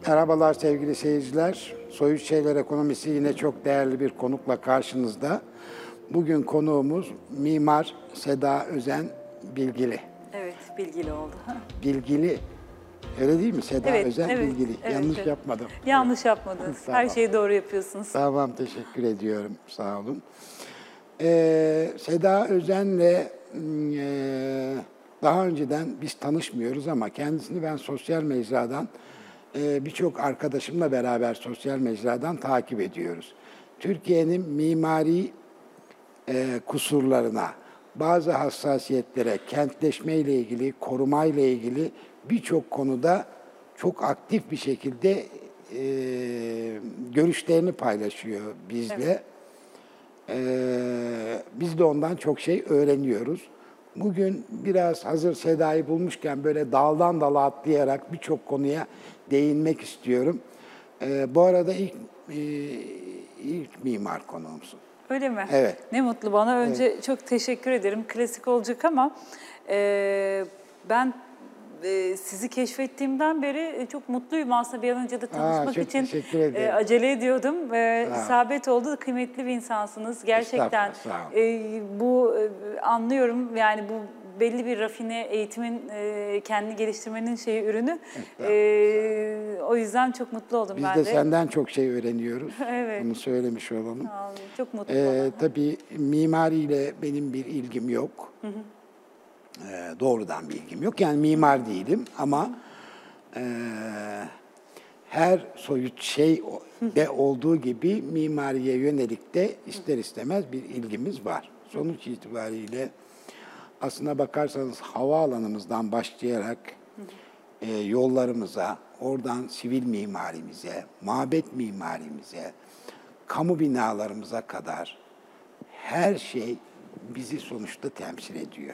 Merhabalar sevgili seyirciler. Soyut Şeyler Ekonomisi yine çok değerli bir konukla karşınızda. Bugün konuğumuz Mimar Seda Özen Bilgili. Evet, bilgili oldu. Bilgili, öyle değil mi? Seda Evet, Özen evet, Bilgili. evet, Yanlış evet. yapmadım. Yanlış yapmadınız. Tamam. Her şeyi doğru yapıyorsunuz. Tamam, teşekkür ediyorum. Sağ olun. Seda Özen'le daha önceden biz tanışmıyoruz ama kendisini ben sosyal mecradan birçok arkadaşımla beraber sosyal mecradan takip ediyoruz. Türkiye'nin mimari kusurlarına, bazı hassasiyetlere, kentleşme ile ilgili, koruma ile ilgili birçok konuda çok aktif bir şekilde görüşlerini paylaşıyor bizle. Biz de ondan çok şey öğreniyoruz. Bugün biraz hazır Seda'yı bulmuşken böyle daldan dala atlayarak birçok konuya değinmek istiyorum. Bu arada ilk mimar konuğumsun. Öyle mi? Evet. Ne mutlu bana. Önce çok teşekkür ederim. Klasik olacak ama ben sizi keşfettiğimden beri çok mutluyum. Aslında bir an önce de tanışmak çok için teşekkür ederim. acele ediyordum. İsabet oldu. Kıymetli bir insansınız. Gerçekten Estağfurullah, sağ olun. Anlıyorum. Yani bu belli bir rafine eğitimin, kendini geliştirmenin ürünü. O yüzden çok mutlu oldum Biz ben de de. Senden çok şey öğreniyoruz. Evet. Bunu söylemiş olalım. Sağ olun. Çok mutlu oldum. Tabii mimariyle benim bir ilgim yok. Doğrudan bir ilgim yok. Yani mimar değilim ama her soyut şey de olduğu gibi mimariye yönelik de ister istemez bir ilgimiz var. Sonuç itibariyle aslına bakarsanız havaalanımızdan başlayarak yollarımıza, oradan sivil mimarimize, mabet mimarimize, kamu binalarımıza kadar her şey bizi sonuçta temsil ediyor.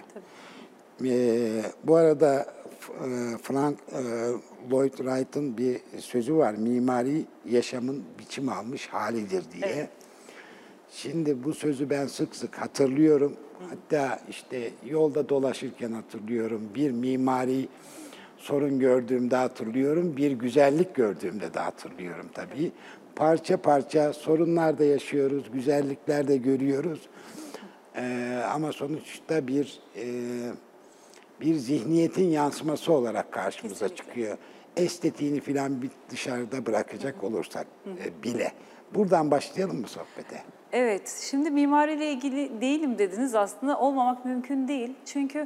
Bu arada Frank Lloyd Wright'ın bir sözü var, mimari yaşamın biçim almış halidir diye. Evet. Şimdi bu sözü ben sık sık hatırlıyorum. Hatta işte yolda dolaşırken hatırlıyorum. Bir mimari sorun gördüğümde hatırlıyorum. Bir güzellik gördüğümde de hatırlıyorum tabii. Parça parça sorunlar da yaşıyoruz, güzellikler de görüyoruz. Ama sonuçta bir zihniyetin yansıması olarak karşımıza çıkıyor. Estetiğini falan bir dışarıda bırakacak olursak bile. Buradan başlayalım mı sohbete? Evet, şimdi mimariyle ilgili değilim dediniz. Aslında olmamak mümkün değil. Çünkü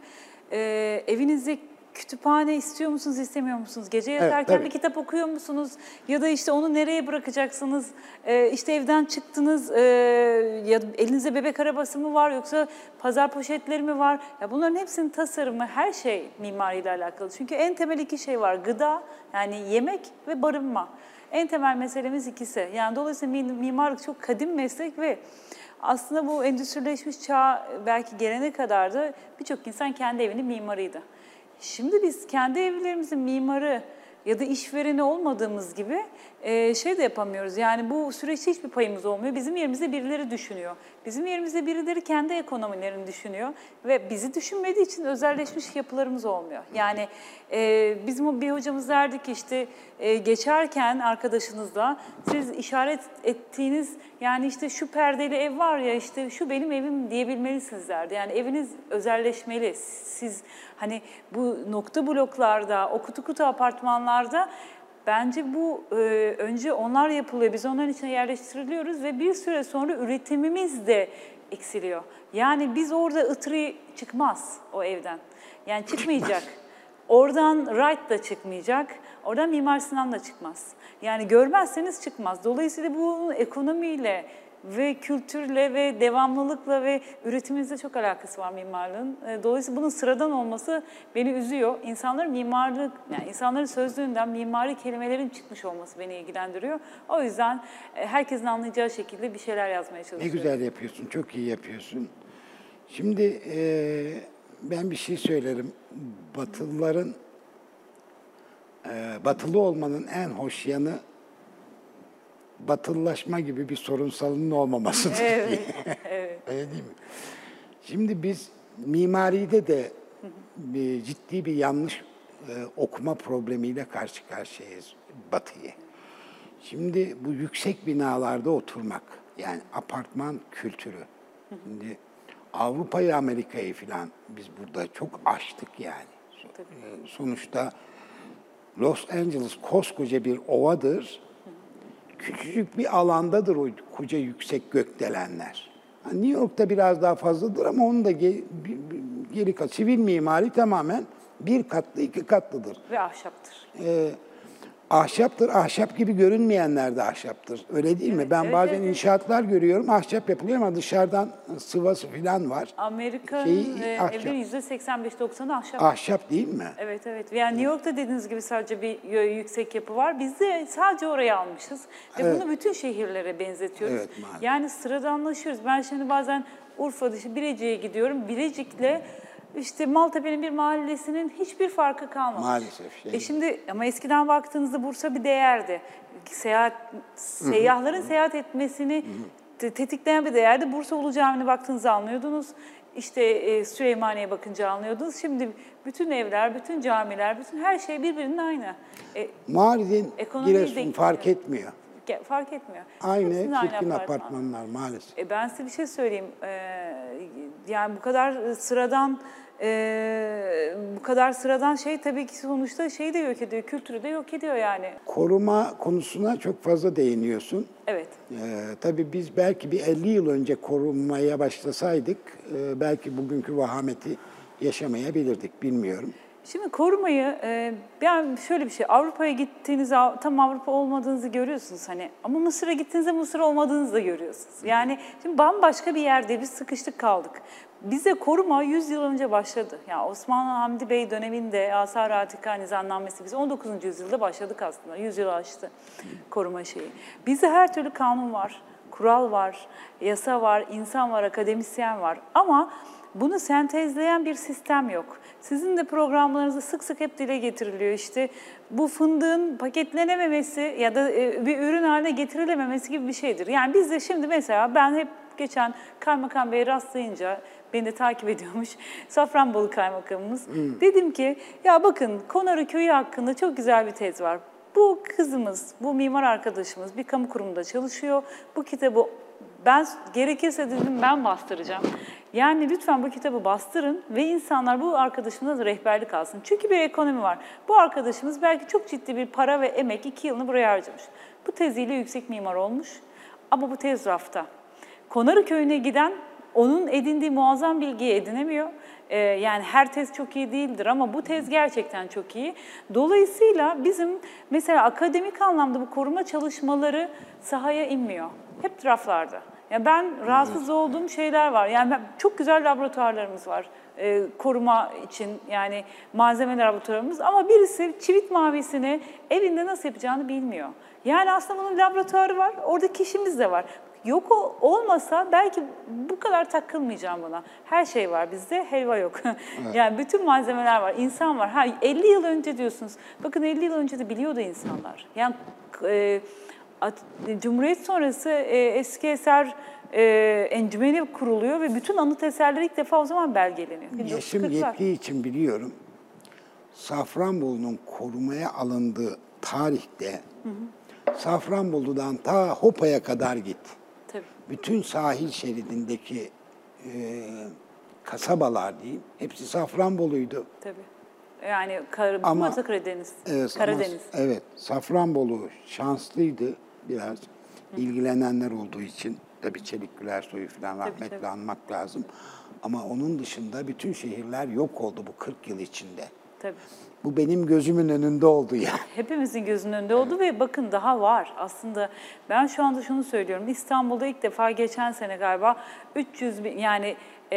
evinizde kütüphane istiyor musunuz, istemiyor musunuz? Gece yatarken bir kitap okuyor musunuz? Ya da işte onu nereye bırakacaksınız? İşte evden çıktınız, ya elinizde bebek arabası mı var yoksa pazar poşetleri mi var? Ya bunların hepsinin tasarımı, her şey mimariyle alakalı. Çünkü en temel iki şey var. Gıda, yani yemek ve barınma. En temel meselemiz ikisi. Yani dolayısıyla mimarlık çok kadim meslek ve aslında bu endüstrileşmiş çağ belki gelene kadar da birçok insan kendi evinin mimarıydı. Şimdi biz kendi evlerimizin mimarı ya da işvereni olmadığımız gibi şey de yapamıyoruz. Yani bu süreçte hiçbir payımız olmuyor. Bizim yerimizde birileri düşünüyor. Bizim yerimizde birileri kendi ekonomilerini düşünüyor. Ve bizi düşünmediği için özelleşmiş yapılarımız olmuyor. Yani bizim bir hocamız derdi ki işte geçerken arkadaşınızla siz işaret ettiğiniz yani işte şu perdeli ev var ya işte şu benim evim diyebilmelisiniz derdi. Yani eviniz özelleşmeli. Siz hani bu nokta bloklarda, o kutu kutu apartmanlarda bence bu önce onlar yapılıyor. Biz onların içine yerleştiriliyoruz ve bir süre sonra üretimimiz de eksiliyor. Yani biz orada ıtri çıkmaz o evden. Yani çıkmayacak. Oradan Wright da çıkmayacak. Oradan Mimar Sinan da çıkmaz. Yani görmezseniz çıkmaz. Dolayısıyla bu ekonomiyle ve kültürle ve devamlılıkla ve üretimimizle çok alakası var mimarlığın. Dolayısıyla bunun sıradan olması beni üzüyor. İnsanların mimarlık, yani insanların sözlüğünden mimari kelimelerin çıkmış olması beni ilgilendiriyor. O yüzden herkesin anlayacağı şekilde bir şeyler yazmaya çalışıyorum. Ne güzel yapıyorsun, çok iyi yapıyorsun. Şimdi ben bir şey söylerim. Batılıların, batılı olmanın en hoş yanı batılılaşma gibi bir sorunsalının olmamasıdır Evet, diye. evet. Öyle değil mi? Şimdi biz mimaride de ciddi bir yanlış okuma problemiyle karşı karşıyayız. batıyı. Şimdi bu yüksek binalarda oturmak, yani apartman kültürü. Şimdi Avrupa'yı, Amerika'yı falan biz burada çok aştık yani. Sonuçta Los Angeles koskoca bir ovadır. Küçücük bir alandadır o koca yüksek gökdelenler. New York'ta biraz daha fazladır ama onun da geri kat. Sivil mimari tamamen bir katlı, iki katlıdır. Ve ahşaptır. Ahşaptır. Ahşap gibi görünmeyenler de ahşaptır. Öyle değil mi? Ben bazen inşaatlar görüyorum. Ahşap yapılıyor ama dışarıdan sıvası falan var. Amerika'nın evlerin %85-90'ı ahşap. Ahşap değil mi? Evet, evet. Yani New York'ta dediğiniz gibi sadece bir yüksek yapı var. Biz de sadece oraya almışız. Ve bunu bütün şehirlere benzetiyoruz. Evet, maalesef. Yani sıradanlaşıyoruz. Ben şimdi bazen Urfa dışı Bilecik'e gidiyorum. Bilecik'le İşte Maltepe'nin bir mahallesinin hiçbir farkı kalmamış. Maalesef. Şimdi ama eskiden baktığınızda Bursa bir değerdi. Seyyahların seyahat etmesini tetikleyen bir değerdi. Bursa Ulu Camii'ne baktığınızda anlıyordunuz. İşte Süleymaniye'ye bakınca anlıyordunuz. Şimdi bütün evler, bütün camiler, bütün her şey birbirinin aynı. Mardin, Giresun de fark etmiyor. Fark etmiyor. Aynı çirkin apartmanlar maalesef. Ben size bir şey söyleyeyim. Yani bu kadar sıradan şey tabii ki sonuçta şeyi de yok ediyor, kültürü de yok ediyor yani. Koruma konusuna çok fazla değiniyorsun. Evet. Tabii biz belki bir 50 yıl önce korunmaya başlasaydık belki bugünkü vahameti yaşamayabilirdik, bilmiyorum. Şimdi korumayı, yani şöyle bir şey, Avrupa'ya gittiğinizde tam Avrupa olmadığınızı görüyorsunuz hani. Ama Mısır'a gittiğinizde Mısır olmadığınızı da görüyorsunuz. Yani şimdi bambaşka bir yerde biz sıkıştık kaldık. Bize koruma 100 yıl önce başladı. Yani Osmanlı Hamdi Bey döneminde Asar-ı Atika nizamnamesi biz 19. yüzyılda başladık aslında. 100 yıl aştı koruma şeyi. Bizde her türlü kanun var, kural var, yasa var, insan var, akademisyen var. Ama bunu sentezleyen bir sistem yok. Sizin de programlarınızda sık sık hep dile getiriliyor. İşte bu fındığın paketlenememesi ya da bir ürün haline getirilememesi gibi bir şeydir. Yani biz de şimdi mesela ben hep geçen Kaymakam Bey'e rastlayınca, beni de takip ediyormuş, Safranbolu Kaymakamımız. Dedim ki ya bakın Konarı Köyü hakkında çok güzel bir tez var. Bu kızımız, bu mimar arkadaşımız bir kamu kurumunda çalışıyor. Bu kitabı gerekirse dedim ben bastıracağım. Yani lütfen bu kitabı bastırın ve insanlar bu arkadaşımıza da rehberlik alsın. Çünkü bir ekonomi var. Bu arkadaşımız belki çok ciddi bir para ve emek 2 yılını buraya harcamış. Bu teziyle yüksek mimar olmuş ama bu tez rafta. Konarı Köyü'ne giden onun edindiği muazzam bilgiyi edinemiyor. Yani her tez çok iyi değildir ama bu tez gerçekten çok iyi. Dolayısıyla bizim mesela akademik anlamda bu koruma çalışmaları sahaya inmiyor. Hep raflarda. Yani ben rahatsız olduğum şeyler var. Yani çok güzel laboratuvarlarımız var koruma için, yani malzeme laboratuvarımız. Ama birisi çivit mavisini evinde nasıl yapacağını bilmiyor. Yani aslında bunun laboratuvarı var, oradaki işimiz de var. Yok olmasa belki bu kadar takılmayacağım buna. Her şey var bizde, helva yok. Evet. Yani bütün malzemeler var, insan var. 50 yıl önce diyorsunuz. Bakın 50 yıl önce de biliyordu insanlar. Yani Cumhuriyet sonrası eski eser encümeni kuruluyor ve bütün anıt eserler ilk defa o zaman belgeleniyor. Yaşım yettiği için biliyorum. Safranbolu'nun korumaya alındığı tarihte Safranbolu'dan ta Hopa'ya kadar git. Tabii. Bütün sahil şeridindeki kasabalar diyeyim, hepsi Safranbolu'ydu. Tabii. Yani Karadeniz. Evet, Karadeniz. Evet, Safranbolu şanslıydı biraz. İlgilenenler olduğu için. Tabii Çelik Gülersoy'u falan rahmetle anmak lazım. Ama onun dışında bütün şehirler yok oldu bu 40 yıl içinde. Tabii. Bu benim gözümün önünde oldu ya. Hepimizin gözünün önünde oldu ve bakın daha var. Aslında ben şu anda şunu söylüyorum. İstanbul'da ilk defa geçen sene galiba 300 bin yani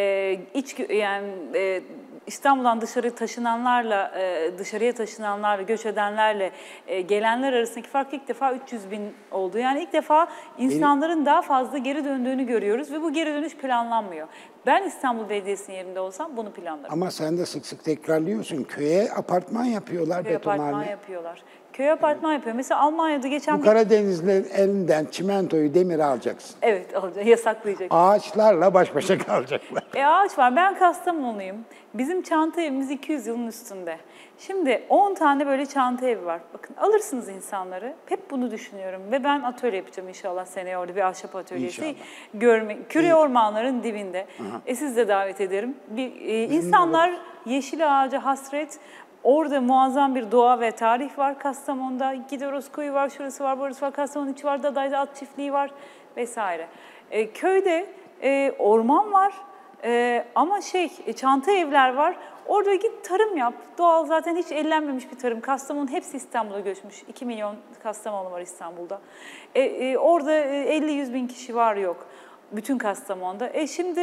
İstanbul'dan dışarıya taşınanlarla, göç edenlerle gelenler arasındaki fark ilk defa 300 bin oldu. Yani ilk defa insanların daha fazla geri döndüğünü görüyoruz ve bu geri dönüş planlanmıyor. Ben İstanbul Belediyesi'nin yerinde olsam bunu planlarım. Ama sen de sık sık tekrarlıyorsun. Köye apartman yapıyorlar, betonarme. Apartman yapıyorlar. Köy apartman yapıyor. Mesela Almanya'da geçen Bu Karadenizlilerin elinden çimentoyu, demiri alacaksın. Evet, alacak, yasaklayacak. Ağaçlarla baş başa kalacaklar. Ağaç var. Ben Kastamonluyum. Bizim çanta evimiz 200 yılın üstünde. Şimdi 10 tane böyle çanta evi var. Bakın alırsınız insanları. Hep bunu düşünüyorum. Ve ben atölye yapacağım inşallah seneye orada bir ahşap atölyesi. Küre ormanların dibinde. Siz de davet ederim. İnsanlar yeşil ağaca hasret. Orada muazzam bir doğa ve tarih var Kastamonu'da. Gideros koyu var, şurası var, burası var, Kastamonu içi var, Daday'da at çiftliği var vesaire. Köyde orman var ama çanta evler var. Orada git tarım yap. Doğal zaten hiç ellenmemiş bir tarım. Kastamonu hepsi İstanbul'a göçmüş. 2 milyon Kastamonu var İstanbul'da. Orada 50-100 bin kişi var yok. Bütün Kastamonu'da. Şimdi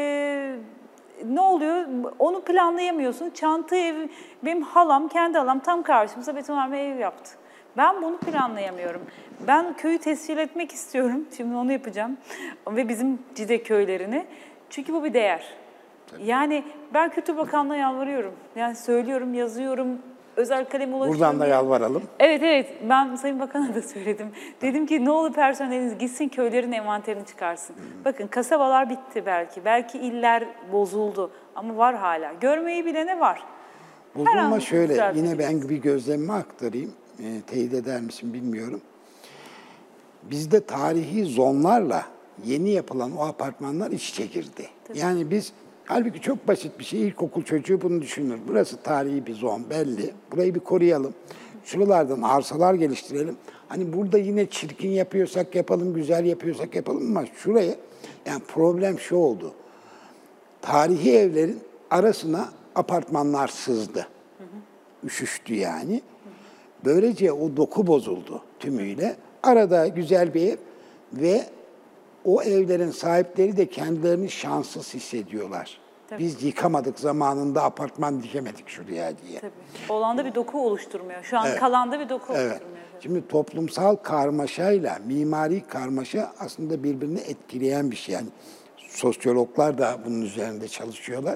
ne oluyor? Onu planlayamıyorsun. Çanta ev, benim halam, kendi halam tam karşımıza betonarme ev yaptı. Ben bunu planlayamıyorum. Ben köyü tescil etmek istiyorum. Şimdi onu yapacağım. Ve bizim Cide köylerini. Çünkü bu bir değer. Tabii. Yani ben Kültür Bakanlığı'na yalvarıyorum. Yani söylüyorum, yazıyorum, özel kalem ulaşıyorum. Buradan da yalvaralım. Evet. Ben Sayın Bakan'a da söyledim. Dedim ki ne olur personeliniz gitsin köylerin envanterini çıkarsın. Bakın kasabalar bitti belki. Belki iller bozuldu. Ama var hala. Görmeyi bilene var. Bozulma şöyle, yine ben bir gözlemimi aktarayım. Teyit eder misin bilmiyorum. Bizde tarihi zonlarla yeni yapılan o apartmanlar iç içe girdi. Tabii. Yani biz, halbuki çok basit bir şey, ilkokul çocuğu bunu düşünür. Burası tarihi bir zon belli, burayı bir koruyalım. Şuralardan arsalar geliştirelim. Hani burada yine çirkin yapıyorsak yapalım, güzel yapıyorsak yapalım ama şuraya, yani problem şu oldu. Tarihi evlerin arasına apartmanlar sızdı. Üşüştü yani. Böylece o doku bozuldu tümüyle. Arada güzel bir ev ve o evlerin sahipleri de kendilerini şanssız hissediyorlar. Tabii. Biz yıkamadık zamanında, apartman dikemedik şuraya diye. Tabii. Olanda bir doku oluşturmuyor. Şu an kalanda bir doku oluşturmuyor. Şimdi toplumsal karmaşayla mimari karmaşa aslında birbirini etkileyen bir şey. Yani sosyologlar da bunun üzerinde çalışıyorlar.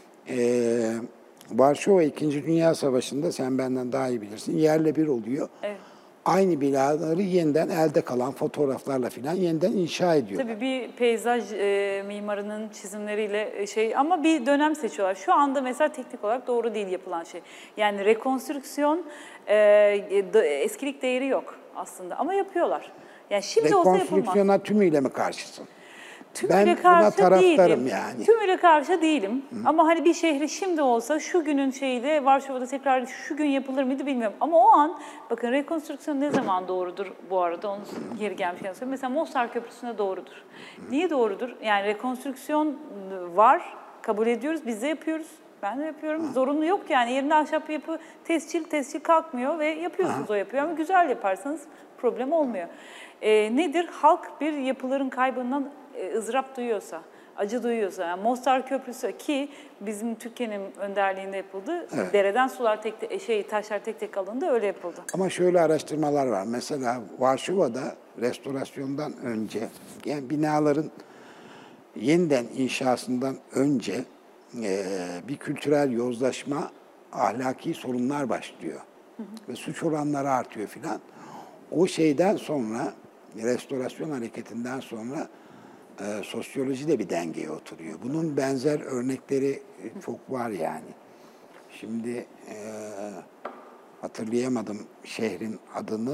Varşova 2. Dünya Savaşı'nda, sen benden daha iyi bilirsin, yerle bir oluyor. Evet. Aynı binaları yeniden elde kalan fotoğraflarla filan yeniden inşa ediyorlar. Tabii bir peyzaj mimarının çizimleriyle ama bir dönem seçiyorlar. Şu anda mesela teknik olarak doğru değil yapılan şey. Yani rekonstrüksiyon eskilik değeri yok aslında ama yapıyorlar. Yani şimdi olsa yapılmaz. Rekonstrüksiyona tümüyle mi karşısın? Tümüyle karşı taraftarım yani. Tümüyle karşı değilim. Ama hani bir şehri şimdi olsa şu günün şeyde Varşova'da tekrar şu gün yapılır mıydı bilmiyorum. Ama o an bakın rekonstrüksiyon ne zaman doğrudur bu arada onu geri gelmişken söyleyeyim. Mesela Mostar Köprüsü'ne doğrudur. Niye doğrudur? Yani rekonstrüksiyon var, kabul ediyoruz, biz de yapıyoruz. Ben de yapıyorum. Zorunlu yok yani. Yerine ahşap yapı tescil kalkmıyor ve yapıyorsunuz o yapıyor. Ama güzel yaparsanız problem olmuyor. Nedir? Halk bir yapıların kaybından ızdırap duyuyorsa, acı duyuyorsa, yani Mostar Köprüsü ki bizim Türkiye'nin önderliğinde yapıldı. Evet. Dereden sular taşlar tek tek alındı, öyle yapıldı. Ama şöyle araştırmalar var. Mesela Varşova'da restorasyondan önce, yani binaların yeniden inşasından önce bir kültürel yozlaşma, ahlaki sorunlar başlıyor. Ve suç oranları artıyor filan. O şeyden sonra, restorasyon hareketinden sonra sosyoloji de bir dengeye oturuyor. Bunun benzer örnekleri çok var yani. Şimdi hatırlayamadım şehrin adını.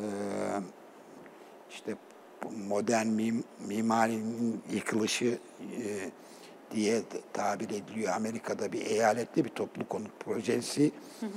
İşte modern mimarinin yıkılışı diye tabir ediliyor. Amerika'da bir eyaletli bir toplu konut projesi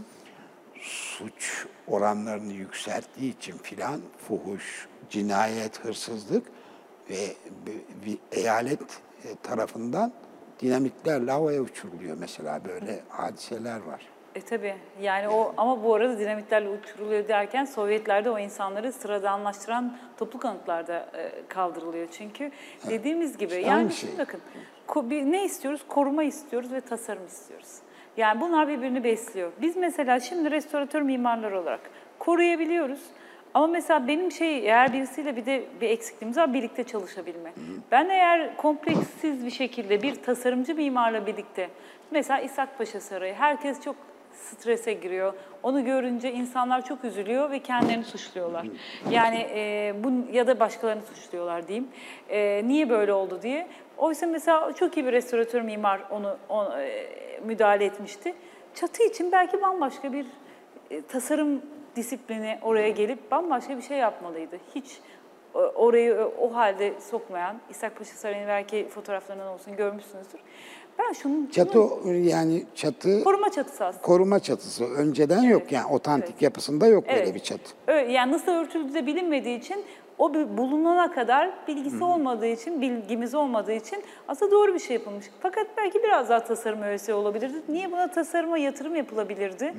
suç oranlarını yükselttiği için filan fuhuş, cinayet, hırsızlık ve bir eyalet tarafından dinamitlerle havaya uçuruluyor mesela, böyle hadiseler var. Tabii yani ama bu arada dinamitlerle uçuruluyor derken Sovyetlerde o insanları sıradanlaştıran toplu konutlarda kaldırılıyor çünkü dediğimiz gibi yani şimdi bakın ne istiyoruz? Koruma istiyoruz ve tasarım istiyoruz. Yani bunlar birbirini besliyor. Biz mesela şimdi restoratör mimarlar olarak koruyabiliyoruz. Ama mesela benim eğer birisiyle bir eksikliğimiz var, birlikte çalışabilme. Ben eğer kompleksiz bir şekilde bir tasarımcı mimarla birlikte, mesela İshak Paşa Sarayı, herkes çok strese giriyor. Onu görünce insanlar çok üzülüyor ve kendilerini suçluyorlar. Yani bu ya da başkalarını suçluyorlar diyeyim. Niye böyle oldu diye. Oysa mesela çok iyi bir restoratör mimar onu müdahale etmişti. Çatı için belki bambaşka bir tasarım disiplini oraya gelip bambaşka bir şey yapmalıydı. Hiç orayı o halde sokmayan, İshak Paşa Sarayı'nın belki fotoğraflarından olsun görmüşsünüzdür. Ben Çatı koruma çatısı aslında. koruma çatısı. Önceden yok yani otantik yapısında yok böyle bir çatı. Yani nasıl örtüldüğü de bilinmediği için o bulunana kadar bilgisi olmadığı için, bilgimiz olmadığı için aslında doğru bir şey yapılmış. Fakat belki biraz daha tasarım öğesi olabilirdi. Niye buna tasarıma yatırım yapılabilirdi?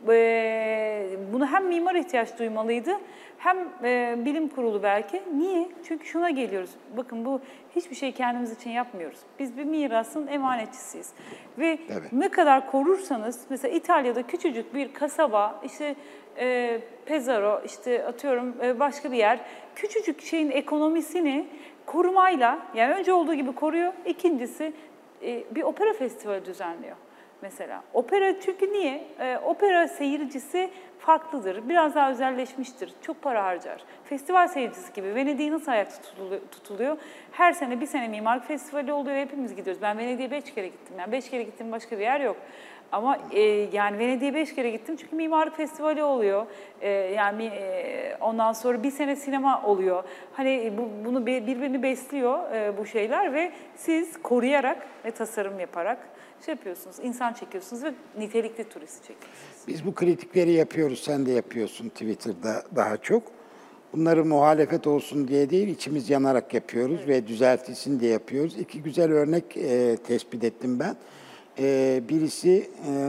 Buna hem mimar ihtiyaç duymalıydı hem bilim kurulu belki. Niye? Çünkü şuna geliyoruz. Bakın bu hiçbir şey kendimiz için yapmıyoruz. Biz bir mirasın emanetçisiyiz. Ve ne kadar korursanız, mesela İtalya'da küçücük bir kasaba, işte Pesaro, işte atıyorum başka bir yer, küçücük şeyin ekonomisini korumayla, yani önce olduğu gibi koruyor, ikincisi bir opera festivali düzenliyor mesela. Opera çünkü niye? Opera seyircisi farklıdır, biraz daha özelleşmiştir, çok para harcar. Festival seyircisi gibi, Venedik'in nasıl ayakta tutuluyor? Her sene bir sene mimarlık festivali oluyor, hepimiz gidiyoruz. Ben Venedik'e 5 kere gittim, yani 5 kere gittim başka bir yer yok. Ama yani Venedik'e 5 kere gittim çünkü mimarlık festivali oluyor. Ondan sonra bir sene sinema oluyor. Hani bunu birbirini besliyor bu şeyler ve siz koruyarak ve tasarım yaparak şey yapıyorsunuz, insan çekiyorsunuz ve nitelikli turist çekiyorsunuz. Biz bu kritikleri yapıyoruz, sen de yapıyorsun Twitter'da daha çok. Bunları muhalefet olsun diye değil, içimiz yanarak yapıyoruz ve düzeltilsin diye yapıyoruz. İki güzel örnek tespit ettim ben. Birisi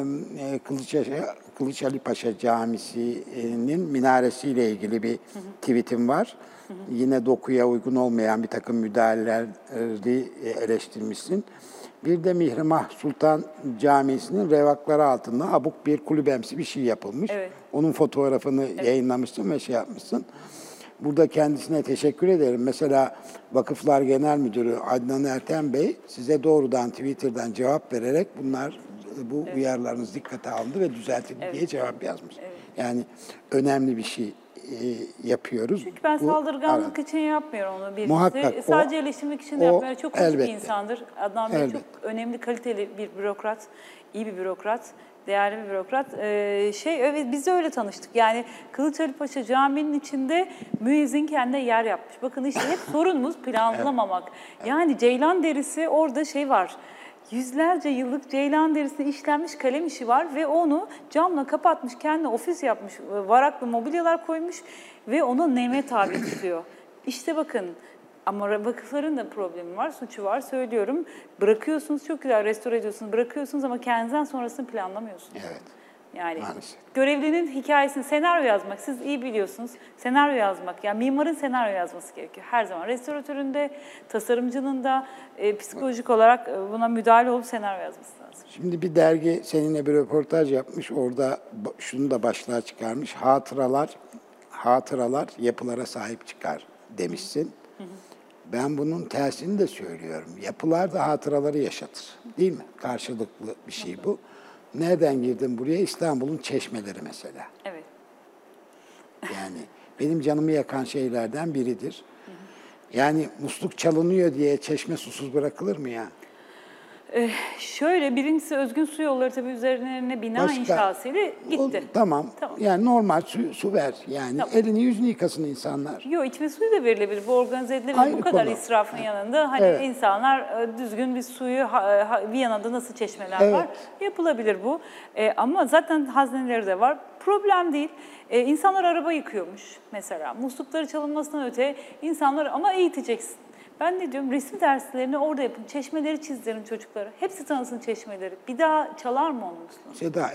Kılıç Ali Paşa Camisi'nin minaresiyle ilgili bir tweetim var. Yine dokuya uygun olmayan bir takım müdahaleleri eleştirmişsin. Bir de Mihrimah Sultan Camisi'nin revakları altında abuk bir kulübemsi bir şey yapılmış. Evet. Onun fotoğrafını yayınlamışsın ve şey yapmışsın. Burada kendisine teşekkür ederim. Mesela Vakıflar Genel Müdürü Adnan Erten Bey size doğrudan Twitter'dan cevap vererek bu uyarılarınız dikkate alındı ve düzeltildi diye cevap yazmış. Evet. Yani önemli bir şey yapıyoruz. Çünkü ben saldırganlık için yapmıyorum onu birisi. Muhakkak, sadece eleştirmek için de yapmıyorum. Çok hoş bir elbette. insandır. Adnan Bey çok önemli, kaliteli bir bürokrat, iyi bir bürokrat. Değerli bir bürokrat. Evet, biz de öyle tanıştık. Yani Kılıç Ali Paşa Camii'nin içinde müezzin kendine yer yapmış. Bakın işte hep sorunumuz planlamamak. Yani ceylan derisi orada şey var. Yüzlerce yıllık ceylan derisine işlenmiş kalem işi var ve onu camla kapatmış, kendine ofis yapmış, varaklı mobilyalar koymuş ve onu neme tabi tutuyor. İşte bakın. Ama vakıfların da problemi var, suçu var. Söylüyorum, bırakıyorsunuz, çok güzel restore ediyorsunuz, bırakıyorsunuz ama kendinizden sonrasını planlamıyorsunuz. Evet. Yani maalesef. Görevlinin hikayesini, senaryo yazmak, siz iyi biliyorsunuz. Senaryo yazmak, yani mimarın senaryo yazması gerekiyor her zaman. Restoratörün de, tasarımcının da psikolojik olarak buna müdahale olup senaryo yazması lazım. Şimdi bir dergi seninle bir röportaj yapmış, orada şunu da başlığa çıkarmış, hatıralar yapılara sahip çıkar demişsin. Ben bunun tersini de söylüyorum. Yapılar da hatıraları yaşatır. Değil mi? Karşılıklı bir şey bu. Nereden girdim buraya? İstanbul'un çeşmeleri mesela. Evet. Yani benim canımı yakan şeylerden biridir. Yani musluk çalınıyor diye çeşme susuz bırakılır mı ya? Şöyle, birincisi özgün su yolları tabii üzerine bina inşasıyla gitti. Tamam. Yani normal su ver. Yani elini yüzünü yıkasın insanlar. Yok, içme suyu da verilebilir. Bu organize edilebilir. Bu kadar israfın yanında hani insanlar düzgün bir suyu Viyana'da nasıl çeşmeler var yapılabilir bu. Ama zaten hazneleri de var. Problem değil. İnsanlar araba yıkıyormuş mesela. Muslukları çalınmasından öte insanlar ama eğiteceksin. Ben de diyorum resim derslerini orada yapın. Çeşmeleri çizdirin çocuklara. Hepsi tanısın çeşmeleri. Bir daha çalar mı onun musluğunu? Seda,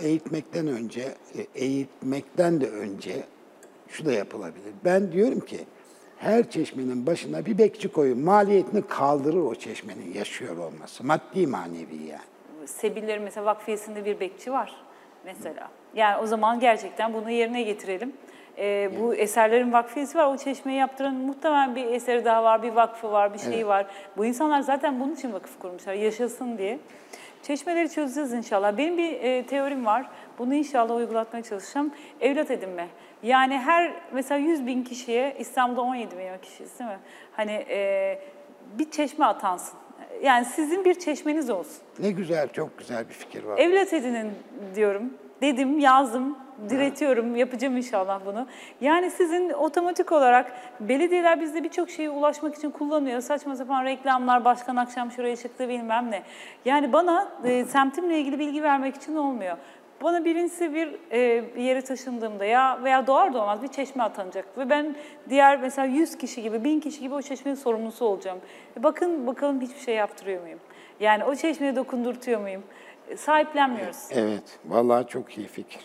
eğitmekten de önce şu da yapılabilir. Ben diyorum ki her çeşmenin başına bir bekçi koyun. Maliyetini kaldırır o çeşmenin yaşıyor olması. Maddi manevi yani. Sebillerin mesela vakfiyesinde bir bekçi var mesela. Yani o zaman gerçekten bunu yerine getirelim. Bu eserlerin vakfiyesi var. O çeşmeyi yaptıran muhtemelen bir eseri daha var, bir vakfı var, bir şeyi var. Bu insanlar zaten bunun için vakıf kurmuşlar, yaşasın diye. Çeşmeleri çözeceğiz inşallah. Benim bir teorim var. Bunu inşallah uygulatmaya çalışacağım. Evlat edinme. Yani her mesela 100.000 kişiye, İstanbul'da 17 milyon kişiyiz değil mi? Hani bir çeşme atansın. Yani sizin bir çeşmeniz olsun. Ne güzel, çok güzel bir fikir var. Evlat edinin diyorum. Dedim, yazdım, diretiyorum, yapacağım inşallah bunu. Yani sizin otomatik olarak belediyeler bizde birçok şeye ulaşmak için kullanıyor. Saçma sapan reklamlar, başkan akşam şuraya çıktı bilmem ne. Yani bana semtimle ilgili bilgi vermek için olmuyor. Bana birincisi bir yere taşındığımda ya veya doğar doğmaz bir çeşme atanacak. Ve ben diğer mesela 100 kişi gibi, 1000 kişi gibi o çeşmenin sorumlusu olacağım. Bakın bakalım hiçbir şey yaptırıyor muyum? Yani o çeşmeye dokundurtuyor muyum? Sahiplenmiyoruz. Evet, vallahi çok iyi fikir.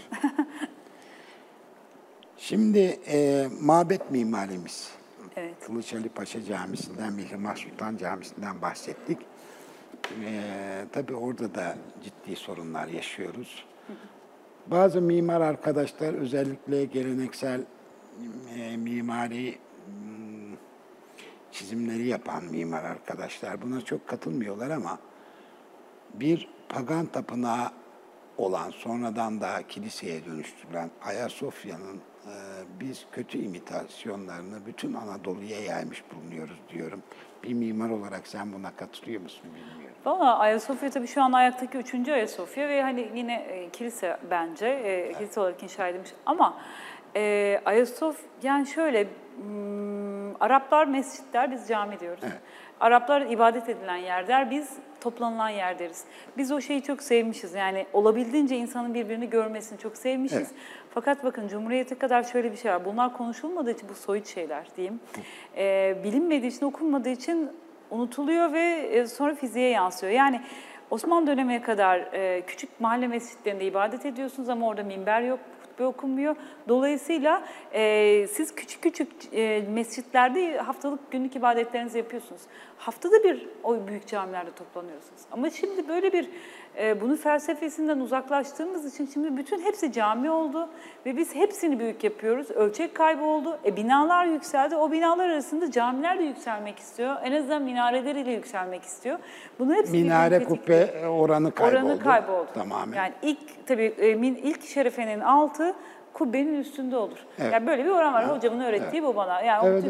Şimdi mabet mimarimiz. Evet. Kılıç Ali Paşa Camisi'nden, Mihrimah Sultan Camisi'nden bahsettik. Tabii orada da ciddi sorunlar yaşıyoruz. Bazı mimar arkadaşlar, özellikle geleneksel mimari çizimleri yapan mimar arkadaşlar buna çok katılmıyorlar ama bir pagan tapınağı olan, sonradan da kiliseye dönüştürülen Ayasofya'nın biz kötü imitasyonlarını bütün Anadolu'ya yaymış bulunuyoruz diyorum. Bir mimar olarak sen buna katılıyor musun bilmiyorum. Valla Ayasofya tabii şu an ayaktaki 3. Ayasofya ve hani yine kilise bence, kilise olarak inşa edilmiş. Ama Ayasofya, yani şöyle, Araplar mescitler, biz cami diyoruz. Evet. Araplar ibadet edilen yer der, biz toplanılan yer deriz. Biz o şeyi çok sevmişiz. Yani olabildiğince insanın birbirini görmesini çok sevmişiz. Evet. Fakat bakın Cumhuriyet'e kadar şöyle bir şey var. Bunlar konuşulmadığı için, bu soyut şeyler diyeyim. Bilinmediği için, okunmadığı için unutuluyor ve sonra fiziğe yansıyor. Yani Osmanlı dönemine kadar küçük mahalle mescitlerinde ibadet ediyorsunuz ama orada minber yok, hutbe okunmuyor. Dolayısıyla siz küçük küçük mescitlerde haftalık günlük ibadetlerinizi yapıyorsunuz. Haftada bir o büyük camilerde toplanıyorsunuz. Ama şimdi böyle bir bunun felsefesinden uzaklaştığımız için şimdi bütün hepsi cami oldu ve biz hepsini büyük yapıyoruz. Ölçek kaybı oldu. Binalar yükseldi. O binalar arasında camiler de yükselmek istiyor. En azından minareleriyle yükselmek istiyor. Bunu hepsi Minare kubbe oranı kayboldu. Oranı kayboldu. Tamamen. Yani ilk şerefenin altı kubbenin üstünde olur. Evet. Yani böyle bir oran var. Hocamın öğrettiği bu bana. Yani Evet,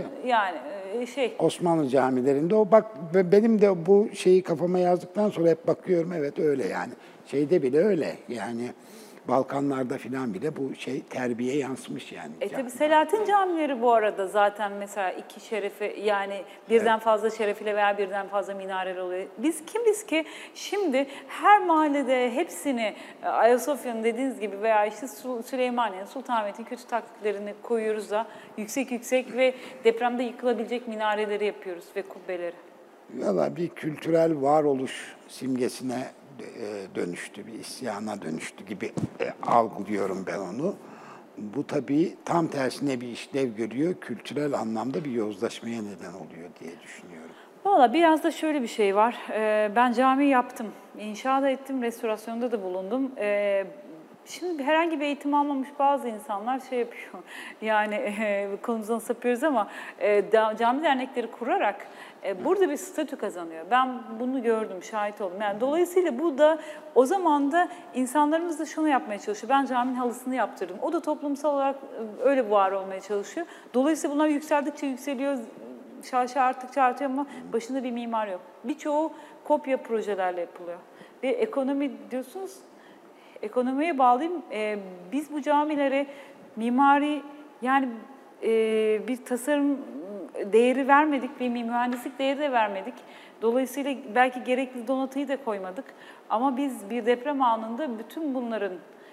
Osmanlı camilerinde o bak benim de bu şeyi kafama yazdıktan sonra hep bakıyorum evet öyle yani. Şeyde bile öyle yani Balkanlarda filan bile bu şey terbiye yansımış yani. Tabii Selahattin camileri bu arada zaten mesela 2 şerefe yani birden fazla şerefiyle veya birden fazla minareli oluyor. Biz kimiz ki şimdi her mahallede hepsini Ayasofya'nın dediğiniz gibi veya işte Süleymaniye'nin, Sultanahmet'in kötü taklitlerini koyuyoruz da yüksek ve depremde yıkılabilecek minareleri yapıyoruz ve kubbeleri. Valla bir kültürel varoluş simgesine dönüştü, bir isyana dönüştü gibi algılıyorum ben onu. Bu tabii tam tersine bir işlev görüyor, kültürel anlamda bir yozlaşmaya neden oluyor diye düşünüyorum. Valla biraz da şöyle bir şey var. Ben cami yaptım, inşa da ettim, restorasyonda da bulundum. Şimdi herhangi bir eğitim almamış bazı insanlar şey yapıyor, yani konumuzdan sapıyoruz ama cami dernekleri kurarak burada bir statü kazanıyor. Ben bunu gördüm, şahit oldum. Yani dolayısıyla bu da o zaman da insanlarımız da şunu yapmaya çalışıyor. Ben caminin halısını yaptırdım. O da toplumsal olarak öyle var olmaya çalışıyor. Dolayısıyla bunlar yükseldikçe yükseliyor, şaşa arttıkça artıyor ama başında bir mimar yok. Birçoğu kopya projelerle yapılıyor. Ve ekonomi diyorsunuz, ekonomiye bağlayayım. Biz bu camilere mimari yani bir tasarım değeri vermedik, bir mühendislik değeri de vermedik. Dolayısıyla belki gerekli donatıyı da koymadık. Ama biz bir deprem anında bütün bunların